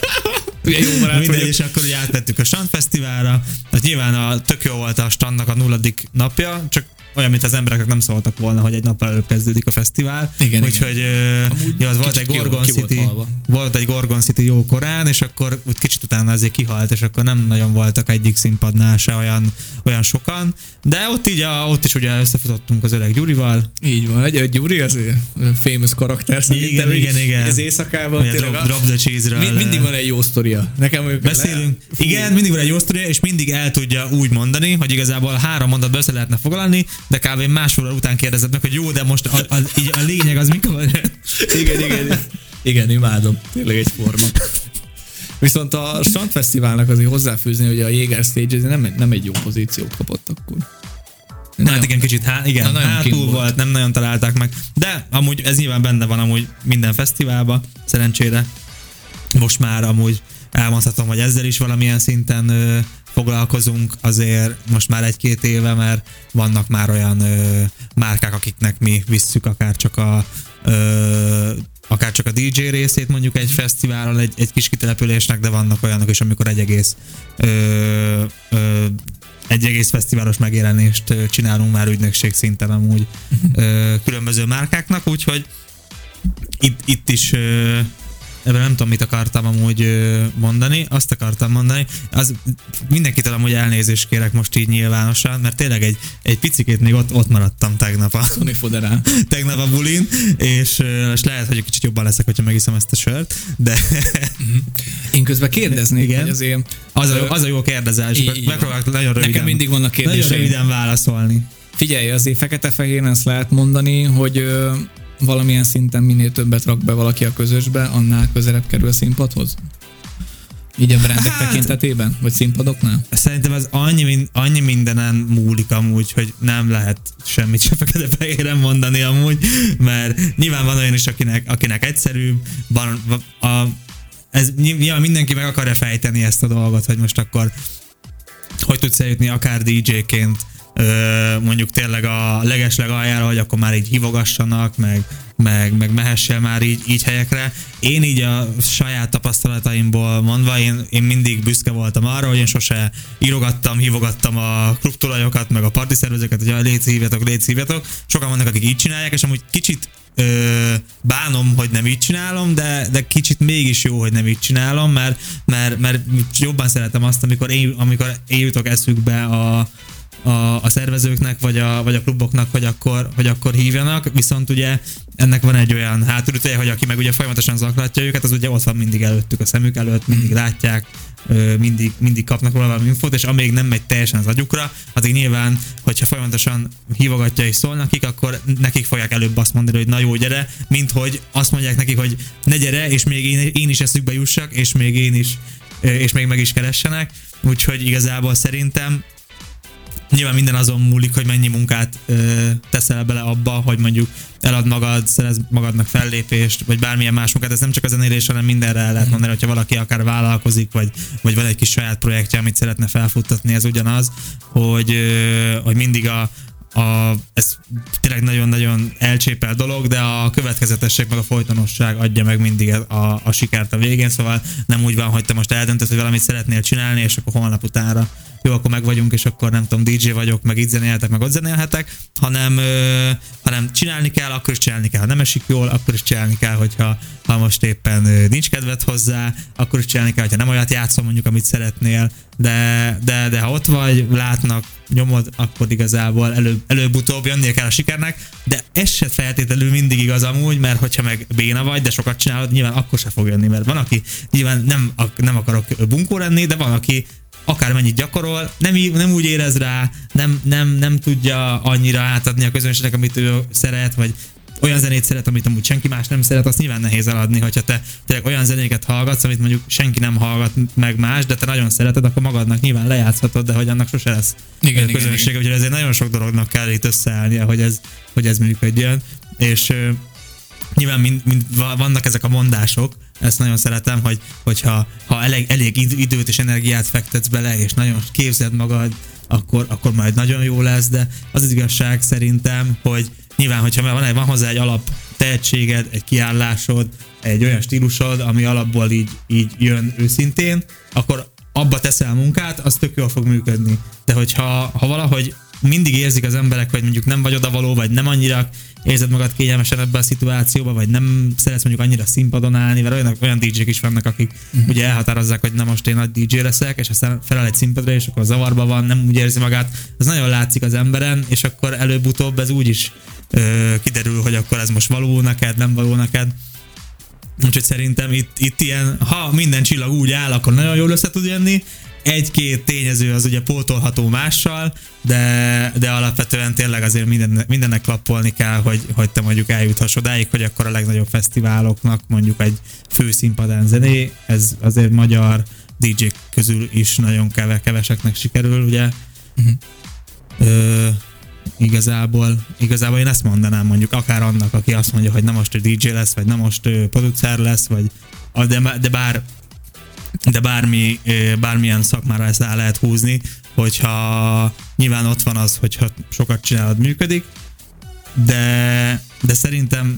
Ugye jó barát Minden, és akkor ugye átvettük a Strandfesztiválra, hát nyilván a, tök jó volt a Strandnak a nulladik napja, csak olyan, mint az embereknek nem szóltak volna, hogy egy nappal előbb kezdődik a fesztivál. Igen, úgyhogy jó, az volt egy Gorgon City, volt, volt egy Gorgon City jó korán, és akkor úgy kicsit utána azért kihalt, és akkor nem nagyon voltak egyik színpadnál se olyan, olyan sokan, de ott így, a, ott is ugye összefutottunk az öreg Gyurival. Így van, egy, egy Gyuri az famous karakter szerintem. Igen, igen, igen. Az éjszakában drop, drop the cheese-ről. Mind, mindig van egy jó sztoria. Nekem beszélünk. Le... Igen, mindig van egy jó sztoria, és mindig el tudja úgy mondani, hogy igazából három mondatba össze lehetne foglalni, de kb. Másfél óra után kérdezett meg, hogy jó, de most a, a, így a lényeg az mikor? Igen, igen. Igen, imádom. Tényleg egy forma. Viszont a Strandfesztiválnak azért hozzáfűzni, hogy a Jaeger Stage nem, nem egy jó pozíciót kapott akkor. Na, hát igen, kicsit há, igen, Na, hátul volt, volt, nem nagyon találták meg. De amúgy ez nyilván benne van amúgy minden fesztiválban, szerencsére. Most már amúgy elmondhatom, hogy ezzel is valamilyen szinten ö, foglalkozunk azért most már egy-két éve, mert vannak már olyan ö, márkák, akiknek mi visszük akár csak a ö, akár csak a dé dzsé részét mondjuk egy fesztiválon, egy, egy kis kitelepülésnek, de vannak olyanok is, amikor egy egész ö, ö, egy egész fesztiválos megjelenést csinálunk már ügynökség szinten amúgy ö, különböző márkáknak, úgyhogy itt, itt is ö, ebben nem tudom, mit akartam amúgy mondani, azt akartam mondani, az mindenkitől amúgy elnézést kérek most így nyilvánosan, mert tényleg egy, egy picikét még ott, ott maradtam tegnap a, tegnap a bulin, és, és lehet, hogy kicsit jobban leszek, hogyha megiszom ezt a sört, de... Én közben kérdeznék, igen? Hogy azért... Az a, az a jó kérdezés, megpróbálok nagyon röviden, nekem mindig vannak kérdéseim. Nagyon röviden válaszolni. Figyelj, azért fekete-fehéren azt lehet mondani, hogy valamilyen szinten minél többet rak be valaki a közösbe, annál közelebb kerül a színpadhoz? Így a brandek hát, tekintetében? Vagy színpadoknál? Szerintem ez annyi, annyi mindenen múlik amúgy, hogy nem lehet semmit se fekete-fehéren mondani amúgy, mert nyilván van olyan is, akinek, akinek egyszerűbb, van, a, ez nyilván mindenki meg akarja fejteni ezt a dolgot, hogy most akkor hogy tudsz eljutni akár dé dzséként mondjuk tényleg a legesleg aljára, hogy akkor már így hívogassanak, meg, meg, meg mehessél már így, így helyekre. Én így a saját tapasztalataimból mondva, én, én mindig büszke voltam arra, hogy én sose írogattam, hívogattam a klubtulajokat, meg a partiszervezőket, hogy légy hívjatok, légy hívjatok. Sokan vannak, akik így csinálják, és amúgy kicsit ö, bánom, hogy nem így csinálom, de, de kicsit mégis jó, hogy nem így csinálom, mert, mert, mert jobban szeretem azt, amikor én, amikor én jutok eszükbe a A, a szervezőknek, vagy a, vagy a kluboknak, hogy akkor, hogy akkor hívjanak, viszont ugye ennek van egy olyan hátulütője, hogy aki meg ugye folyamatosan zaklatja őket, az ugye ott van mindig előttük a szemük előtt, mindig látják, mindig, mindig kapnak valami infót, és amíg nem megy teljesen az agyukra, addig nyilván, hogyha folyamatosan hívogatja és szól nekik, akkor nekik fogják előbb azt mondani, hogy na jó, gyere, mint hogy azt mondják nekik, hogy ne gyere, és még én, én is eszükbe jussak, és még én is, és még meg is keressenek, úgyhogy igazából szerintem nyilván minden azon múlik, hogy mennyi munkát ö, teszel bele abba, hogy mondjuk elad magad, szerez magadnak fellépést, vagy bármilyen más munkát. Ez nem csak a zenélés, hanem mindenre el lehet mondani, hogyha valaki akár vállalkozik, vagy, vagy van egy kis saját projektje, amit szeretne felfuttatni, ez ugyanaz, hogy, ö, hogy mindig a a, ez tényleg nagyon-nagyon elcsépel dolog, de a következetesség meg a folytonosság adja meg mindig a, a sikert a végén, szóval nem úgy van, hogy te most eldöntöd, hogy valamit szeretnél csinálni, és akkor holnap utánra jó, akkor meg vagyunk, és akkor nem tudom, dé dzsé vagyok, meg itt zenélhetek, meg ott zenélhetek, hanem, ö, hanem csinálni kell, akkor is csinálni kell. Ha nem esik jól, akkor is csinálni kell, hogyha ha most éppen ö, nincs kedved hozzá, akkor is csinálni kell, hogyha nem olyat játszom mondjuk, amit szeretnél, de, de, de ha ott vagy, látnak, nyomod, akkor igazából előbb, előbb-utóbb jönnie kell a sikernek, de ez se feltétlenül mindig igaz amúgy, mert hogyha meg béna vagy, de sokat csinálod, nyilván akkor se fog jönni, mert van, aki nyilván nem, nem akarok bunkó lenni, de van, aki akármennyit gyakorol, nem, nem úgy érez rá, nem, nem, nem tudja annyira átadni a közönségnek, amit ő szeret, vagy olyan zenét szeret, amit amúgy senki más nem szeret, azt nyilván nehéz eladni, hogyha te tényleg olyan zenéket hallgatsz, amit mondjuk senki nem hallgat meg más, de te nagyon szereted, akkor magadnak nyilván lejátszhatod, de hogy annak sose lesz igen, közönsége, úgyhogy ezért nagyon sok dolognak kell itt összeállnia, hogy ez, hogy ez működjön, és uh, nyilván mind, mind, vannak ezek a mondások, ezt nagyon szeretem, hogy, hogyha ha elég, elég időt és energiát fektetsz bele, és nagyon képzeld magad, akkor, akkor majd nagyon jó lesz, de az az igazság szerintem, hogy nyilván, hogyha van, van hozzá egy alap tehetséged, egy kiállásod, egy olyan stílusod, ami alapból így, így jön őszintén, akkor abba teszel munkát, az tök jól fog működni. De hogyha ha valahogy mindig érzik az emberek, hogy mondjuk nem vagy odavaló, vagy nem annyira érzed magad kényelmesen ebben a szituációba, vagy nem szeretsz mondjuk annyira színpadon állni, mert olyan, olyan dé dzsék is vannak, akik uh-huh. ugye elhatározzák, hogy na most én nagy dé dzsé leszek, és aztán feláll egy színpadra, és akkor zavarba van, nem úgy érzi magát. Ez nagyon látszik az emberen, és akkor előbb-utóbb ez úgy is ö, kiderül, hogy akkor ez most való neked, nem való neked. Úgyhogy szerintem itt, itt ilyen, ha minden csillag úgy áll, akkor nagyon jól össze tud jönni. Egy-két tényező az ugye pótolható mással, de, de alapvetően tényleg azért minden, mindennek klappolni kell, hogy, hogy te mondjuk eljuthass odáig, hogy akkor a legnagyobb fesztiváloknak mondjuk egy főszínpadán zené, ez azért magyar dé dzsék közül is nagyon keveseknek sikerül, ugye. Uh-huh. Ö, igazából, igazából én ezt mondanám mondjuk akár annak, aki azt mondja, hogy na most ő dé dzsé lesz, vagy na most ő producer lesz, vagy de, de bár de bármi, bármilyen szakmára ezt el lehet húzni, hogyha nyilván ott van az, hogyha sokat csinálod, működik, de, de szerintem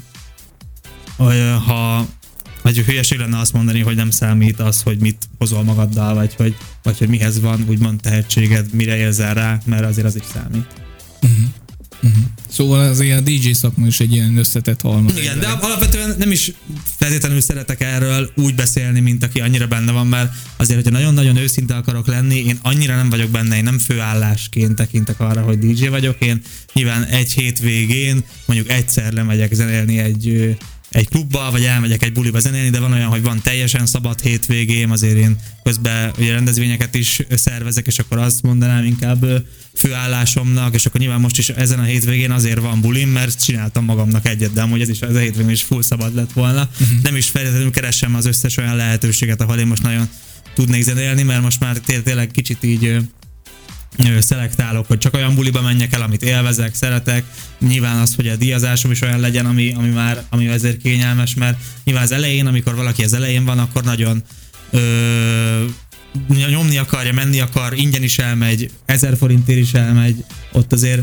ha vagy hülyeség lenne azt mondani, hogy nem számít az, hogy mit hozol magaddal, vagy hogy, vagy hogy mihez van úgymond tehetséged, mire érzel rá, mert azért az is számít. Uh-huh. Uh-huh. Szóval az ilyen dé dzsé szakma is egy ilyen összetett halmaz. Igen, de alapvetően nem is feltétlenül szeretek erről úgy beszélni, mint aki annyira benne van, mert azért, hogyha nagyon-nagyon őszinte akarok lenni, én annyira nem vagyok benne, én nem főállásként tekintek arra, hogy dé dzsé vagyok, én nyilván egy hétvégén mondjuk egyszer lemegyek zenélni egy egy klubba, vagy elmegyek egy buliba zenélni, de van olyan, hogy van teljesen szabad hétvégém, azért én közben ugye rendezvényeket is szervezek, és akkor azt mondanám inkább főállásomnak, és akkor nyilván most is ezen a hétvégén azért van bulim, mert csináltam magamnak egyet, de amúgy ez is ez a hétvégén is full szabad lett volna. Uh-huh. Nem is feltétlenül keresem az összes olyan lehetőséget, ahol én most nagyon tudnék zenélni, mert most már té- tényleg kicsit így szelektálok, hogy csak olyan buliba menjek el, amit élvezek, szeretek. Nyilván az, hogy a díjazásom is olyan legyen, ami, ami már ami ezért kényelmes, mert nyilván az elején, amikor valaki az elején van, akkor nagyon ö, nyomni akarja, menni akar, ingyen is elmegy, ezer forintért is elmegy, ott azért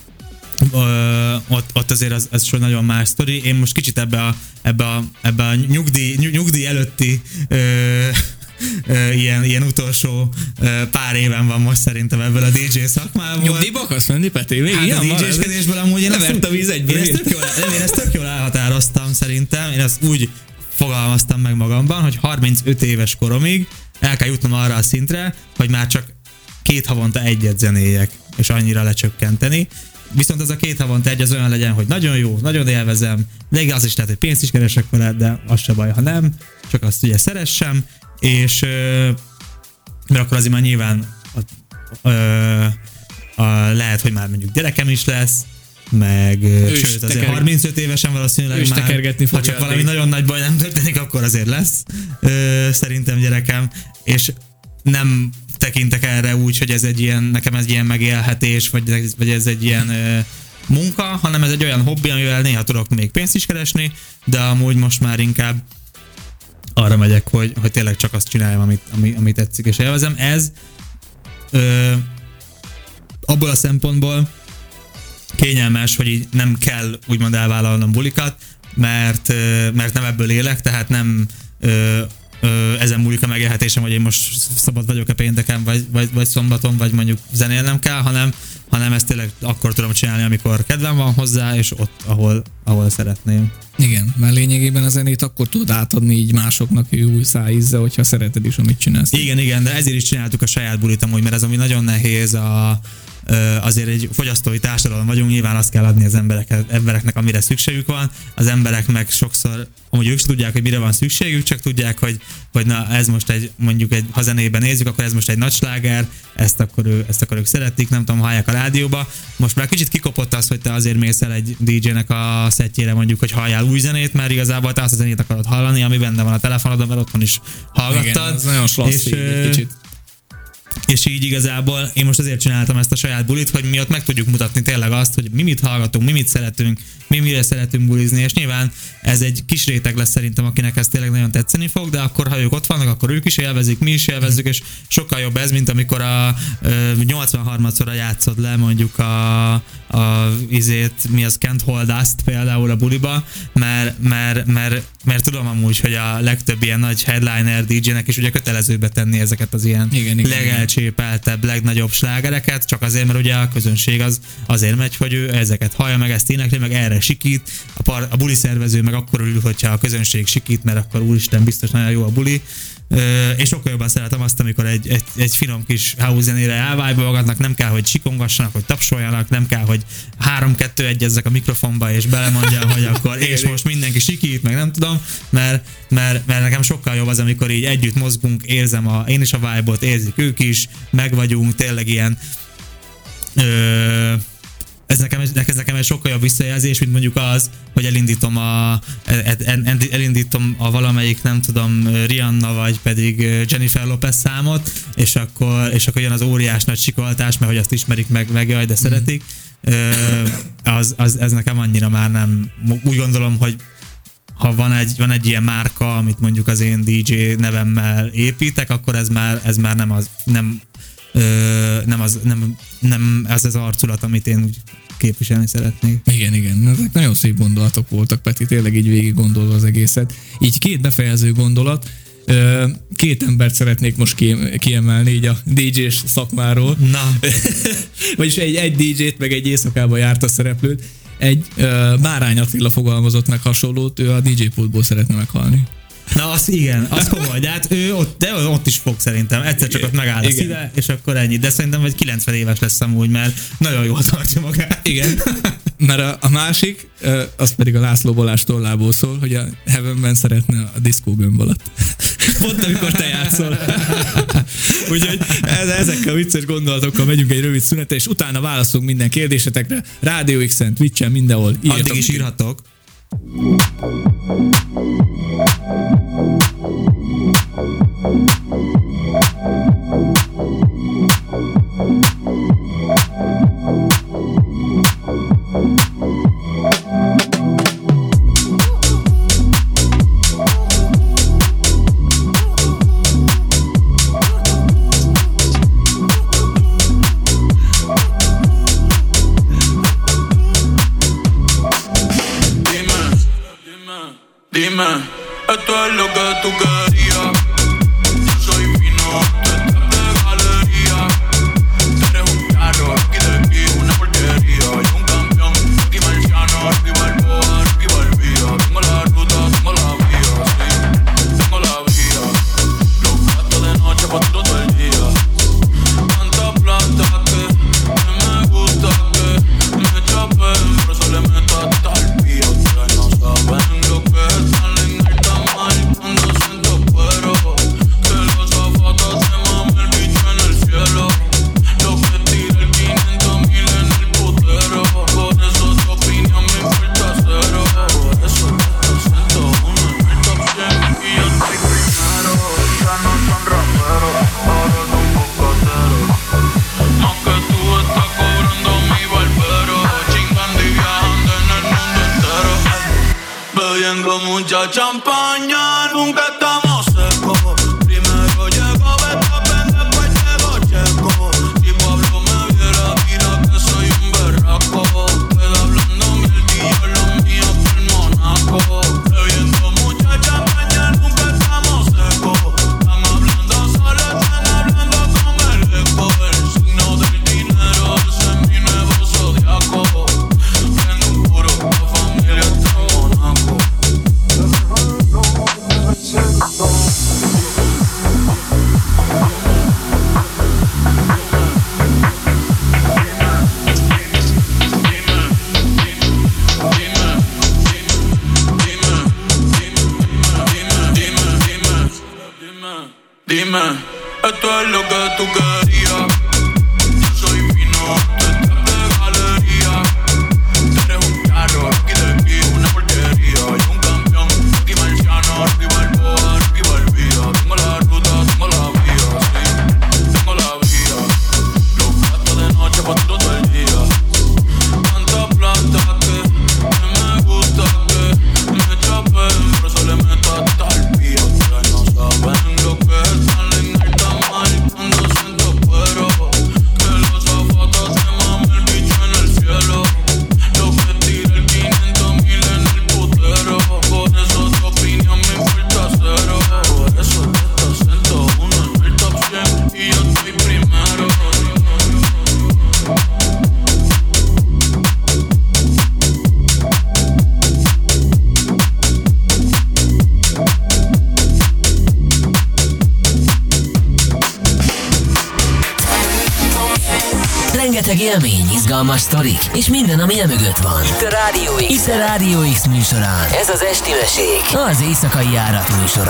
ö, ott, ott azért az, az nagyon más sztori. Én most kicsit ebbe a, ebbe a, ebbe a nyugdíj, nyugdíj előtti ö, Uh, ilyen, ilyen utolsó uh, pár éven van most szerintem ebből a dé dzsé szakmából. Nyugdíjba akarsz menni, Peti? Még hát ilyen a dé dzséskedésből amúgy én levert a víz egyből. Én ezt tök jól, nem, én ezt tök jól elhatároztam szerintem. Én ezt úgy fogalmaztam meg magamban, hogy harmincöt éves koromig el kell jutnom arra a szintre, hogy már csak két havonta egyet zenéljek, és annyira lecsökkenteni. Viszont ez a két havonta egy az olyan legyen, hogy nagyon jó, nagyon élvezem, de az is lehet, hogy pénzt is keresek vele, de az se baj, ha nem, csak azt ugye szeressem, és mert akkor azért már nyilván a, a, a, lehet, hogy már mondjuk gyerekem is lesz, meg ős sőt azért teker... harmincöt évesen valószínűleg ős már, ha csak valami nagyon nagy baj nem történik, akkor azért lesz ö, szerintem gyerekem, és nem tekintek erre úgy, hogy ez egy ilyen, nekem ez egy ilyen megélhetés, vagy, vagy ez egy ilyen ö, munka, hanem ez egy olyan hobbi, amivel néha tudok még pénzt is keresni, de amúgy most már inkább arra megyek, hogy, hogy tényleg csak azt csináljam, amit, ami, amit tetszik és élvezem. Ez ö, abból a szempontból kényelmes, hogy így nem kell úgymond elvállalnom bulikat, mert, mert nem ebből élek, tehát nem ö, ö, ezen múlik a megélhetésem, hogy én most szabad vagyok-e pénteken, vagy, vagy, vagy szombaton, vagy mondjuk zenélnem kell, hanem, hanem ezt tényleg akkor tudom csinálni, amikor kedvem van hozzá, és ott, ahol, ahol szeretném. Igen, mert lényegében a zenét akkor tudod átadni így másoknak új szájízzel, hogyha szereted is, amit csinálsz. Igen, igen, de ezért is csináltuk a saját bulit amúgy, mert ez ami nagyon nehéz, a, azért egy fogyasztói társadalom vagyunk, nyilván azt kell adni az embereket, embereknek, amire szükségük van. Az emberek meg sokszor, amúgy ők sem tudják, hogy mire van szükségük, csak tudják, hogy, hogy na ez most egy, mondjuk egy, ha zenében nézzük, akkor ez most egy nagy sláger, ezt akkor, ő, ezt akkor ők szeretik, nem tudom, hallják a rádióba. Most már kicsit kikopott az, hogy te azért mész el egy dé jének a szettjére, mondjuk, hogy halljál új zenét, mert igazából te azt a zenét akarod hallani, ami benne van a telefonodon, mert otthon is hallgattad. Igen, ez nagyon slassi, egy kicsit. És így igazából én most azért csináltam ezt a saját bulit, hogy mi ott meg tudjuk mutatni tényleg azt, hogy mi mit hallgatunk, mi mit szeretünk, mi mire szeretünk bulizni, és nyilván ez egy kis réteg lesz szerintem, akinek ez tényleg nagyon tetszeni fog, de akkor ha ők ott vannak, akkor ők is élvezik, mi is élvezzük, és sokkal jobb ez, mint amikor a nyolcvanharmadszorra játszod le mondjuk a, a izét, mi az Can't Hold Us-t például a buliba, mert, mert, mert, mert tudom amúgy, hogy a legtöbb ilyen nagy headliner dé jének is ugye kötelezőbe tenni ezeket az ilyen igen, igen, legelcsépeltebb, legnagyobb slágereket, csak azért, mert ugye a közönség az azért megy, hogy ő ezeket hallja, meg ezt énekli, meg erre sikít, a, par, a buli szervező meg akkor ül, hogyha a közönség sikít, mert akkor úristen, biztos nagyon jó a buli. Ö, és sokkal jobban szeretem azt, amikor egy, egy, egy finom kis house zenére elvájbolgatnak, nem kell, hogy sikongassanak, hogy tapsoljanak, nem kell, hogy három-kettő egyezzek a mikrofonba, és belemondjam, hogy akkor és most mindenki sikít, meg nem tudom, mert, mert, mert nekem sokkal jobb az, amikor így együtt mozgunk, érzem a, én is a vibe-ot, érzik ők is, meg vagyunk, tényleg ilyen ö, Ez nekem, ez nekem egy sokkal jobb visszajelzés, mint mondjuk az, hogy elindítom a, elindítom a valamelyik, nem tudom, Rihanna vagy pedig Jennifer Lopez számot, és akkor, és akkor jön az óriás nagy sikoltás, mert hogy azt ismerik meg, meg jaj, de szeretik. Az, az, ez nekem annyira már nem, úgy gondolom, hogy ha van egy, van egy ilyen márka, amit mondjuk az én dé jé nevemmel építek, akkor ez már, ez már nem az, nem, Ö, nem, az, nem, nem ez az arculat, amit én úgy képviselni szeretnék. Igen, igen. Ezek nagyon szép gondolatok voltak, Peti, tényleg így végig gondolva az egészet. Így két befejező gondolat. Két embert szeretnék most kiemelni így a dé jés szakmáról. Na. Vagyis egy, egy dé jét, meg egy éjszakában járt a szereplőt. Egy uh, Bárány Attila fogalmazott meg hasonlót, ő a dé jé pultból szeretne meghalni. Na, az igen, az komoly, de hát ő ott, de ott is fog szerintem. Egyszer csak ott megáll a szíve, és akkor ennyi. De szerintem vagy kilencven éves lesz amúgy, mert nagyon jól tartja magát. Igen, mert a, a másik, az pedig a László Balázs tollából szól, hogy a Heavenben szeretne a diszkó gömb alatt. Pont amikor te játszol. Úgyhogy ezekkel a vicces gondolatokkal megyünk egy rövid szünetre, és utána válaszolunk minden kérdésetekre. Rádió X-en, Twitch-en, mindenhol. Írjatok. Addig is írhatok. Dime, esto es lo que tú querías. Yo soy fino, tú estás de galería. Tú eres un carro, aquí de aquí, una porquería. Yo un campeón, Rocky Marciano, Rocky Balboa, Rocky Balbía. Tengo la ruta, tengo la vía, sí, tengo la vía. Los gatos de noche, pa' todo el día. Tanta plata que me gusta que me chapen, por eso le meto hasta el pío. Ustedes no saben lo que es. Mucha champaña, nunca estamos secos. Primero llegó Verstappen, después llegó Checo. Si Pablo me viera, dirá que soy un berraco. Rengeteg élmény, izgalmas sztorik, és minden, ami emögött van. Itt a Rádió X. Itt a Rádió X műsorán. Ez az Esti Mesék, az éjszakai járat műsora.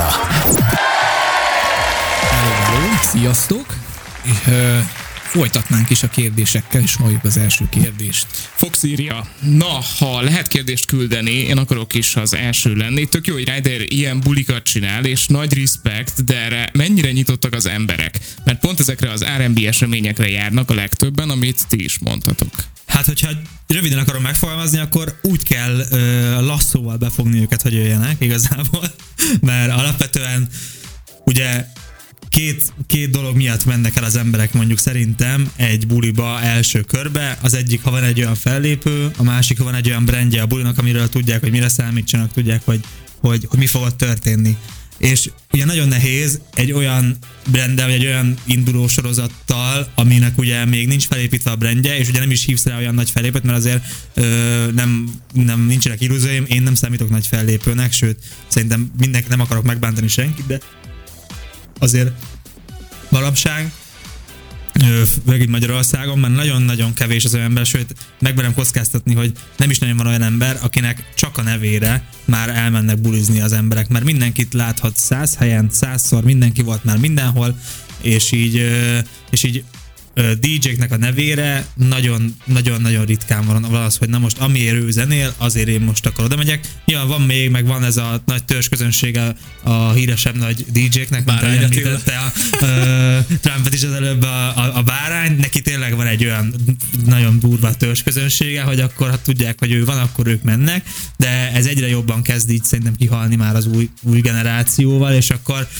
Hello, hello. Sziasztok! Uh, folytatnánk is a kérdésekkel, és halljuk az első kérdést. Fox írja, na, ha lehet kérdést küldeni, én akarok is az első lenni. Tök jó, hogy Ryder ilyen bulikat csinál, és nagy respekt, de erre mennyire nyitottak az emberek? Mert pont ezekre az er and bé eseményekre járnak a legtöbben, amit ti is mondhatok. Hát, hogyha röviden akarom megfogalmazni, akkor úgy kell ö, lasszóval befogni őket, hogy jöjjenek igazából, mert alapvetően ugye Két, két dolog miatt mennek el az emberek mondjuk szerintem egy buliba első körbe. Az egyik, ha van egy olyan fellépő, a másik, ha van egy olyan brandje a bulinak, amiről tudják, hogy mire számítsanak, tudják, hogy, hogy, hogy mi fog ott történni. És ugye nagyon nehéz egy olyan branddel, vagy egy olyan induló sorozattal, aminek ugye még nincs felépítve a brandje, és ugye nem is hívsz rá olyan nagy fellépőt, mert azért ö, nem, nem nincsenek illúzióim, én nem számítok nagy fellépőnek, sőt, szerintem mindenki, nem akarok megbántani senkit, de azért valapság, főleg itt Magyarországon, mert nagyon-nagyon kevés az olyan ember, sőt, megmerem kockáztatni, hogy nem is nagyon van olyan ember, akinek csak a nevére már elmennek bulizni az emberek, mert mindenkit láthat száz helyen, százszor, mindenki volt már mindenhol, és így, és így dé jéknek a nevére nagyon-nagyon ritkán van, van az, hogy na most amiért ő zenél, azért én most akkor oda megyek. Nyilván van még, meg van ez a nagy törzsközönsége a híresebb nagy dé jéknek, mint ahogy említette a, a Trumpet is az előbb a, a, a bárány, neki tényleg van egy olyan nagyon durva törzsközönsége, hogy akkor ha tudják, hogy ő van, akkor ők mennek, de ez egyre jobban kezd így szerintem kihalni már az új, új generációval, és akkor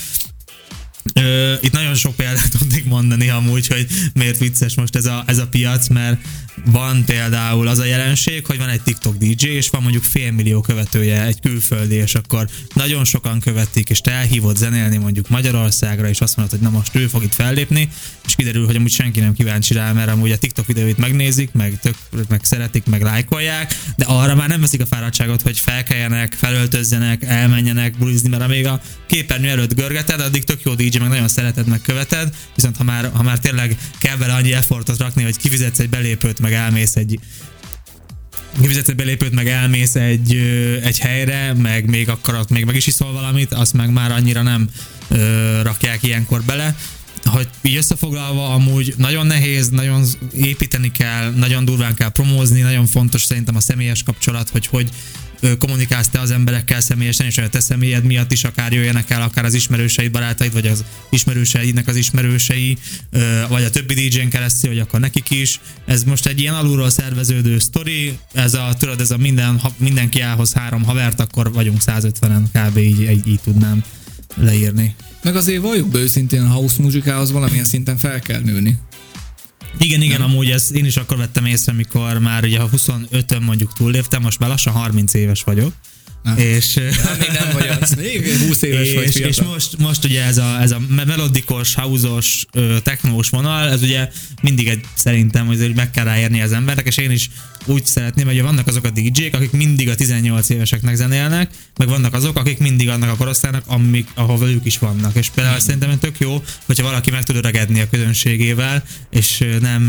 Ö, itt nagyon sok példát tudnék mondani amúgy, hogy miért vicces most ez a, ez a piac, mert van például az a jelenség, hogy van egy TikTok dé jé, és van mondjuk félmillió követője, egy külföldi, és akkor nagyon sokan követik, és te elhívod zenélni mondjuk Magyarországra, és azt mondod, hogy na most ő fog itt fellépni, és kiderül, hogy amúgy senki nem kíváncsi rá, mert amúgy a TikTok videóit megnézik, meg, tök, meg szeretik, meg lájkolják, de arra már nem veszik a fáradtságot, hogy felkeljenek, felöltözzenek, elmenjenek bulizni, mert amíg a képernyő előtt görgeted, addig tök jó dé jé, meg nagyon szereted, meg követed, viszont ha már, ha már tényleg kell vele annyi effortot rakni, hogy kifizetsz egy belépőt, meg elmész egy kifizetsz egy belépőt, meg elmész egy, egy helyre, meg még akkor ott még meg is iszol valamit, azt meg már annyira nem ö, rakják ilyenkor bele. Hogy így összefoglalva, amúgy nagyon nehéz, nagyon építeni kell, nagyon durván kell promózni, nagyon fontos szerintem a személyes kapcsolat, hogy hogy kommunikálsz te az emberekkel személyesen, és a te személyed miatt is akár jöjjenek el, akár az ismerőseid, barátaid, vagy az ismerőseidnek az ismerősei, vagy a többi dé jén keresztül, vagy akkor nekik is. Ez most egy ilyen alulról szerveződő sztori, ez a, tudod, ez a minden, ha mindenki elhoz három havert, akkor vagyunk százötvenen, kb. így, így, így tudnám leírni. Meg azért valljuk be őszintén, a house muzsikához valamilyen szinten fel kell nőni. Igen, igen, nem. Amúgy ezt én is akkor vettem észre, mikor már ugye a huszonötön mondjuk túlléptem, most már lassan harminc éves vagyok. Ah. És ja, még nem vagy az, még húsz éves és, vagy és most, most ugye ez a, ez a melodikos, house-os, technós vonal, ez ugye mindig egy, szerintem, hogy meg kell ráérni az embernek, és én is úgy szeretném, hogy vannak azok a dé jék, akik mindig a tizennyolc éveseknek zenélnek, meg vannak azok, akik mindig annak a korosztálynak, amik, ahova ők is vannak. És például mm. szerintem tök jó, hogyha valaki meg tud öregedni a közönségével, és nem,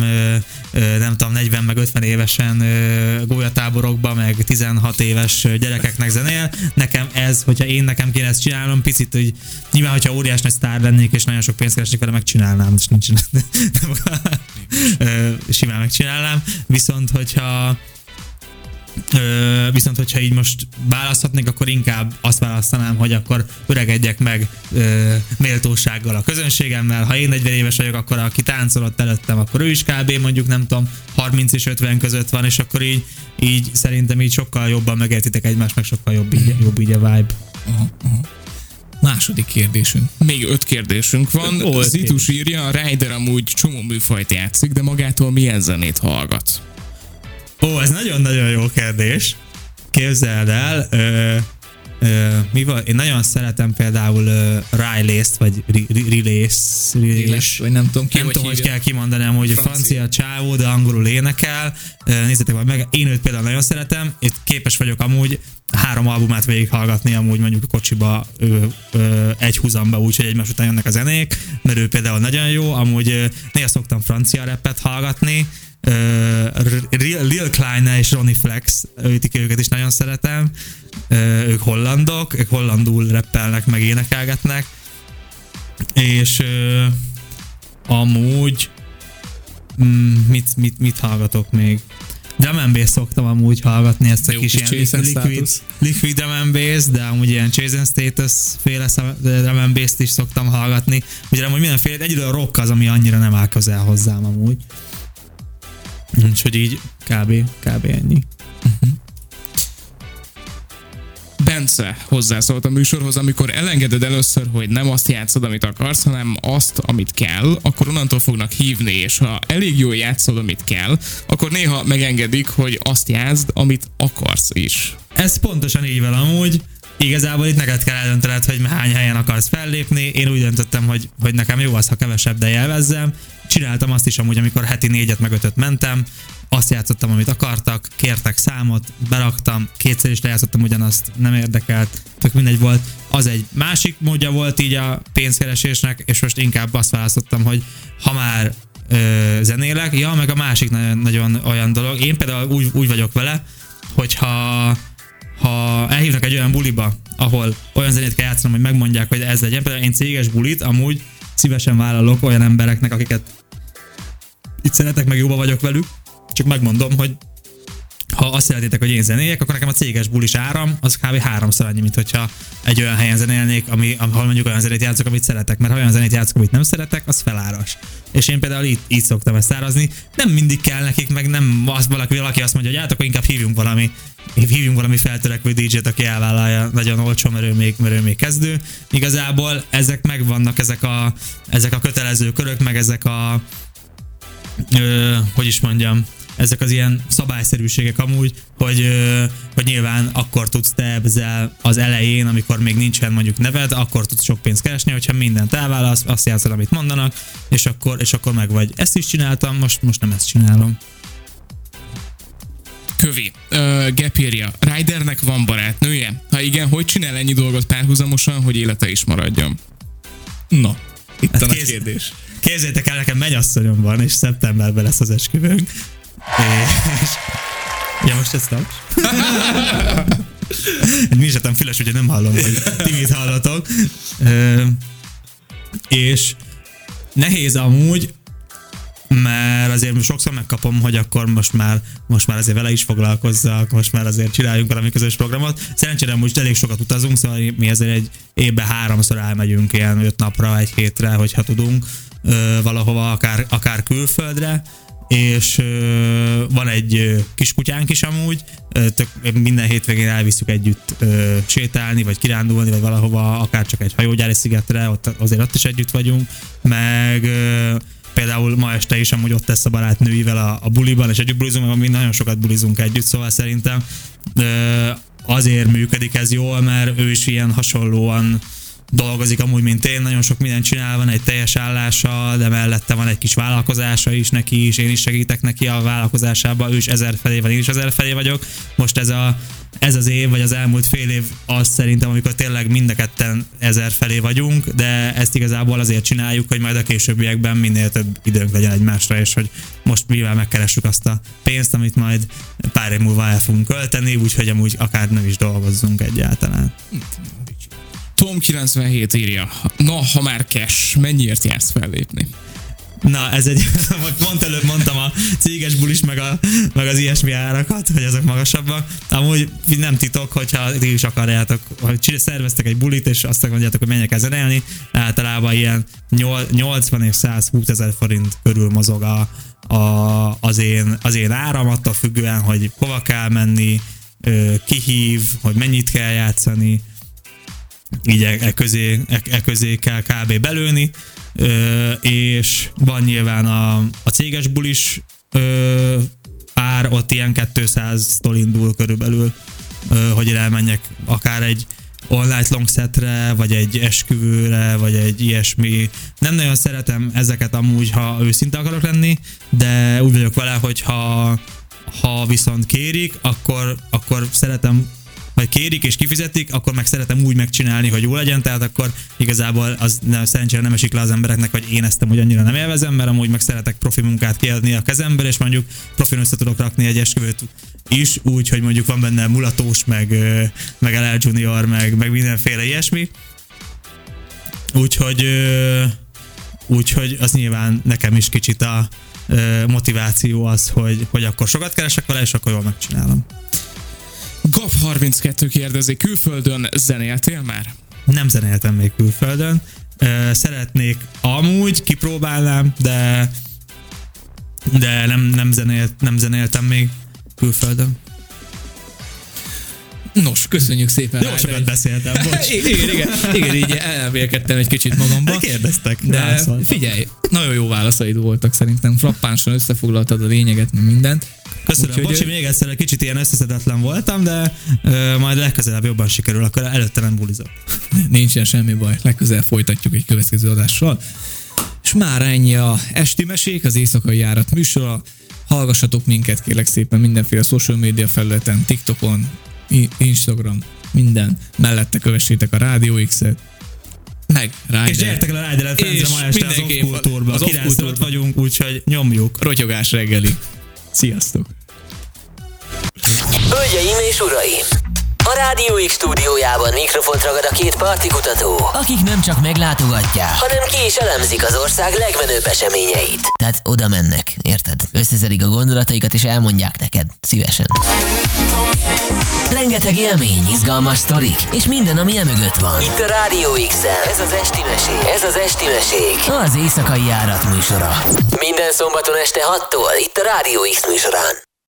nem tudom, negyven meg ötven évesen gólyatáborokba, meg tizenhat éves gyerekeknek zenél. Nekem ez, hogyha én nekem kéne ezt csinálnom, picit, hogy nyilván, hogyha óriás nagy sztár lennék, és nagyon sok pénzt keresnék vele, megcsinálnám, és nincs simán megcsinálnám, viszont hogyha Ö, viszont hogyha így most választhatnék, akkor inkább azt választanám, hogy akkor öregedjek meg ö, méltósággal a közönségemmel. Ha én negyven éves vagyok, akkor aki táncolott előttem, akkor ő is kb. Mondjuk nem tudom, harminc és ötven között van, és akkor így, így szerintem így sokkal jobban megértitek egymást, meg sokkal jobb így, jobb így a vibe. Aha, aha. Második kérdésünk. Még öt kérdésünk van. Ó, Zitus írja, a Ryder amúgy csomó műfajt játszik, de magától milyen zenét hallgat? Ó, ez nagyon-nagyon jó kérdés. Képzeld el, ö, ö, mi van? Én nagyon szeretem például uh, Riley-t, vagy Riley-t, vagy nem tudom ki, nem hogy, tudom, hogy kell kimondani, hogy francia. francia csávó, de angolul énekel. Nézzétek majd meg, én őt például nagyon szeretem, itt képes vagyok amúgy három albumát végighallgatni amúgy mondjuk a kocsiba ö, ö, egy húzamba, úgyhogy egymás után jönnek a zenék, mert ő például nagyon jó, amúgy ö, néha szoktam francia rappet hallgatni, Lil Kleine és Ronnie Flex, őtik őket is nagyon szeretem. Ők hollandok, ők hollandul rappelnek, meg énekelgetnek. És ö, amúgy mm, mit, mit, mit hallgatok még? Drum and Bass szoktam amúgy hallgatni, ezt a jó kis kis ilyen liquid, liquid Drum and Bass, de amúgy ilyen Chase and Status féle Drum and Bass-t is szoktam hallgatni. Ugye amúgy mindenféle, egyedül a rock az, ami annyira nem áll közel hozzám amúgy. Úgyhogy így kb. kb. ennyi. Uh-huh. Bence hozzászólt a műsorhoz, amikor elengeded először, hogy nem azt játszod, amit akarsz, hanem azt, amit kell, akkor onnantól fognak hívni, és ha elég jól játszod, amit kell, akkor néha megengedik, hogy azt játszd, amit akarsz is. Ez pontosan így van amúgy. Igazából itt neked kell eldöntened, hogy hány helyen akarsz fellépni. Én úgy döntöttem, hogy, hogy nekem jó az, ha kevesebb, de élvezzem. Csináltam azt is amúgy, amikor heti négyet meg ötöt mentem, azt játszottam, amit akartak, kértek számot, beraktam, kétszer is lejátszottam ugyanazt, nem érdekelt, tök mindegy volt. Az egy másik módja volt így a pénzkeresésnek, és most inkább azt választottam, hogy ha már ö, zenélek, ja, meg a másik nagyon, nagyon olyan dolog, én például úgy, úgy vagyok vele, hogyha ha elhívnak egy olyan buliba, ahol olyan zenét kell játszanom, hogy megmondják, hogy ez legyen, például én céges bulit amúgy szívesen vállalok olyan embereknek, akiket itt szeretek, meg jóba vagyok velük, csak megmondom, hogy ha azt szeretnétek, hogy én zenéljek, akkor nekem a céges bulis áram az kb. háromszor annyi, mint hogyha egy olyan helyen zenélnék, ami, ahol mondjuk olyan zenét játszok, amit szeretek, mert ha olyan zenét játszok, amit nem szeretek, az feláras. És én például így, így szoktam ezt árazni. Nem mindig kell nekik, meg nem az valaki, valaki azt mondja, hogy hát akkor inkább hívjunk valami, hívjunk valami feltörekvő dé dzsét, aki elvállalja nagyon olcsó, mert ő még, mert ő még kezdő. Igazából ezek megvannak, ezek a, ezek a kötelező körök, meg ezek a ö, hogy is mondjam, ezek az ilyen szabályszerűségek amúgy, hogy, hogy nyilván akkor tudsz te ezzel az elején, amikor még nincsen mondjuk neved, akkor tudsz sok pénzt keresni, hogyha mindent elválasz, azt játszol, amit mondanak, és akkor, és akkor meg vagy. Ezt is csináltam, most, most nem ezt csinálom. Kövi, uh, Gepirja, Rydernek van barátnője? Ha igen, hogy csinál ennyi dolgot párhuzamosan, hogy élete is maradjon? Na, itt hát a kéz, kérdés. Képzeljétek el, nekem mennyasszonyom van, és szeptemberben lesz az esküvőnk. És... Ja, most ezt nem? Mi is lettem füles, ugye nem hallom, hogy ti mit hallatok. Ö, és nehéz amúgy, mert azért sokszor megkapom, hogy akkor most már, most már azért vele is foglalkozzak, most már azért csináljunk valami közös programot. Szerencsére most elég sokat utazunk, szóval mi azért egy évben háromszor elmegyünk ilyen öt napra, egy hétre, hogyha tudunk ö, valahova, akár, akár külföldre. És ö, van egy ö, kiskutyánk is amúgy, ö, tök, minden hétvégén elviszük együtt ö, sétálni, vagy kirándulni, vagy valahova, akár csak egy hajógyári szigetre, ott, azért ott is együtt vagyunk, meg ö, például ma este is amúgy ott lesz a barátnőivel a, a buliban, és együtt bulizunk, mert mi nagyon sokat bulizunk együtt, szóval szerintem ö, azért működik ez jól, mert ő is ilyen hasonlóan dolgozik amúgy, mint én, nagyon sok mindent csinál, van egy teljes állása, de mellette van egy kis vállalkozása is neki is, én is segítek neki a vállalkozásában, ő is ezer felé van, én is ezer felé vagyok. Most ez, a, ez az év, vagy az elmúlt fél év az szerintem, amikor tényleg mind a ketten ezer felé vagyunk, de ezt igazából azért csináljuk, hogy majd a későbbiekben minél több időnk legyen egymásra, és hogy most mivel megkeressük azt a pénzt, amit majd pár év múlva el fogunk költeni, úgyhogy amúgy akár nem is dolgozzunk egyáltalán. Tom kilencvenhét írja, na, ha már cash, mennyiért jársz fellépni? Na, ez egy, pont előbb mondtam a céges bulis, meg, a, meg az ilyesmi árakat, hogy azok magasabbak. Amúgy nem titok, hogyha ti is akarjátok, hogy szerveztek egy bulit, és azt mondjátok, hogy menjek el zenélni, általában ilyen nyolcvan és százhúsz ezer forint körül mozog a, a, az, én, az én áram, attól függően, hogy hova kell menni, ki hív, hogy mennyit kell játszani, így e, e, közé, e, e közé kell kb. Belőni, ö, és van nyilván a, a céges bulis ö, ár, ott ilyen kétszáztól indul körülbelül, ö, hogy elmenjek akár egy online long setre, vagy egy esküvőre, vagy egy ilyesmi. Nem nagyon szeretem ezeket amúgy, ha őszinte akarok lenni, de úgy vagyok vele, hogy ha, ha viszont kérik, akkor, akkor szeretem vagy kérik és kifizetik, akkor meg szeretem úgy megcsinálni, hogy jó legyen, tehát akkor igazából az nem, szerencsére nem esik le az embereknek, hogy én ezt hogy annyira nem élvezem, mert amúgy meg szeretek profi munkát kiadni a kezembe, és mondjuk profin össze tudok rakni egy esküvőt is, úgy, hogy mondjuk van benne mulatós, meg, meg el el Junior, meg, meg mindenféle ilyesmi. Úgyhogy, úgyhogy az nyilván nekem is kicsit a motiváció az, hogy, hogy akkor sokat keresek vele, és akkor jól megcsinálom. Gaf harminckettő kérdezi, külföldön zenéltél már? Nem zenéltem még külföldön. Szeretnék amúgy, kipróbálnám, de de nem, nem, zenélt, nem zenéltem még külföldön. Nos, köszönjük szépen. Jó sokat beszéltem, bocs. igen, igen, igen, így elvélkedtem egy kicsit magamba. Kérdeztek, de válaszoltam. Figyelj, nagyon jó válaszaid voltak szerintem. Frappánsan összefoglaltad a lényeget, meg mindent. Köszönöm, Úgyhogy bocsi, még egyszer egy kicsit ilyen összeszedetlen voltam, de ö, majd legközelebb jobban sikerül, akkor előtte nem bulizok. Nincsen semmi baj, legközelebb folytatjuk egy következő adással. És már ennyi a Esti Mesék, az Éjszakai Járat műsora. Hallgassatok minket kérlek szépen mindenféle social media felületen, TikTokon, Instagram, minden. Mellette kövessétek a Rádió X-et. Meg Rider. És gyertek el a Rider Friends-re ma este az off-kultúrba. Az off-kultúrba vagyunk, úgyhogy nyomjuk. Rotyogás reggeli. Sziasztok! Hölgyeim és uraim! A Rádió X stúdiójában mikrofont ragad a két partikutató, akik nem csak meglátogatják, hanem ki is elemzik az ország legmenőbb eseményeit. Tehát oda mennek, érted? Összeszedik a gondolataikat és elmondják neked, szívesen. Rengeteg élmény, izgalmas sztorik, és minden, ami emögött van. Itt a Rádió X-en. Ez az Esti Mesék. Ez az Esti Mesék. Az Éjszakai Járat műsora. Minden szombaton este hattól itt a Rádió X műsorán.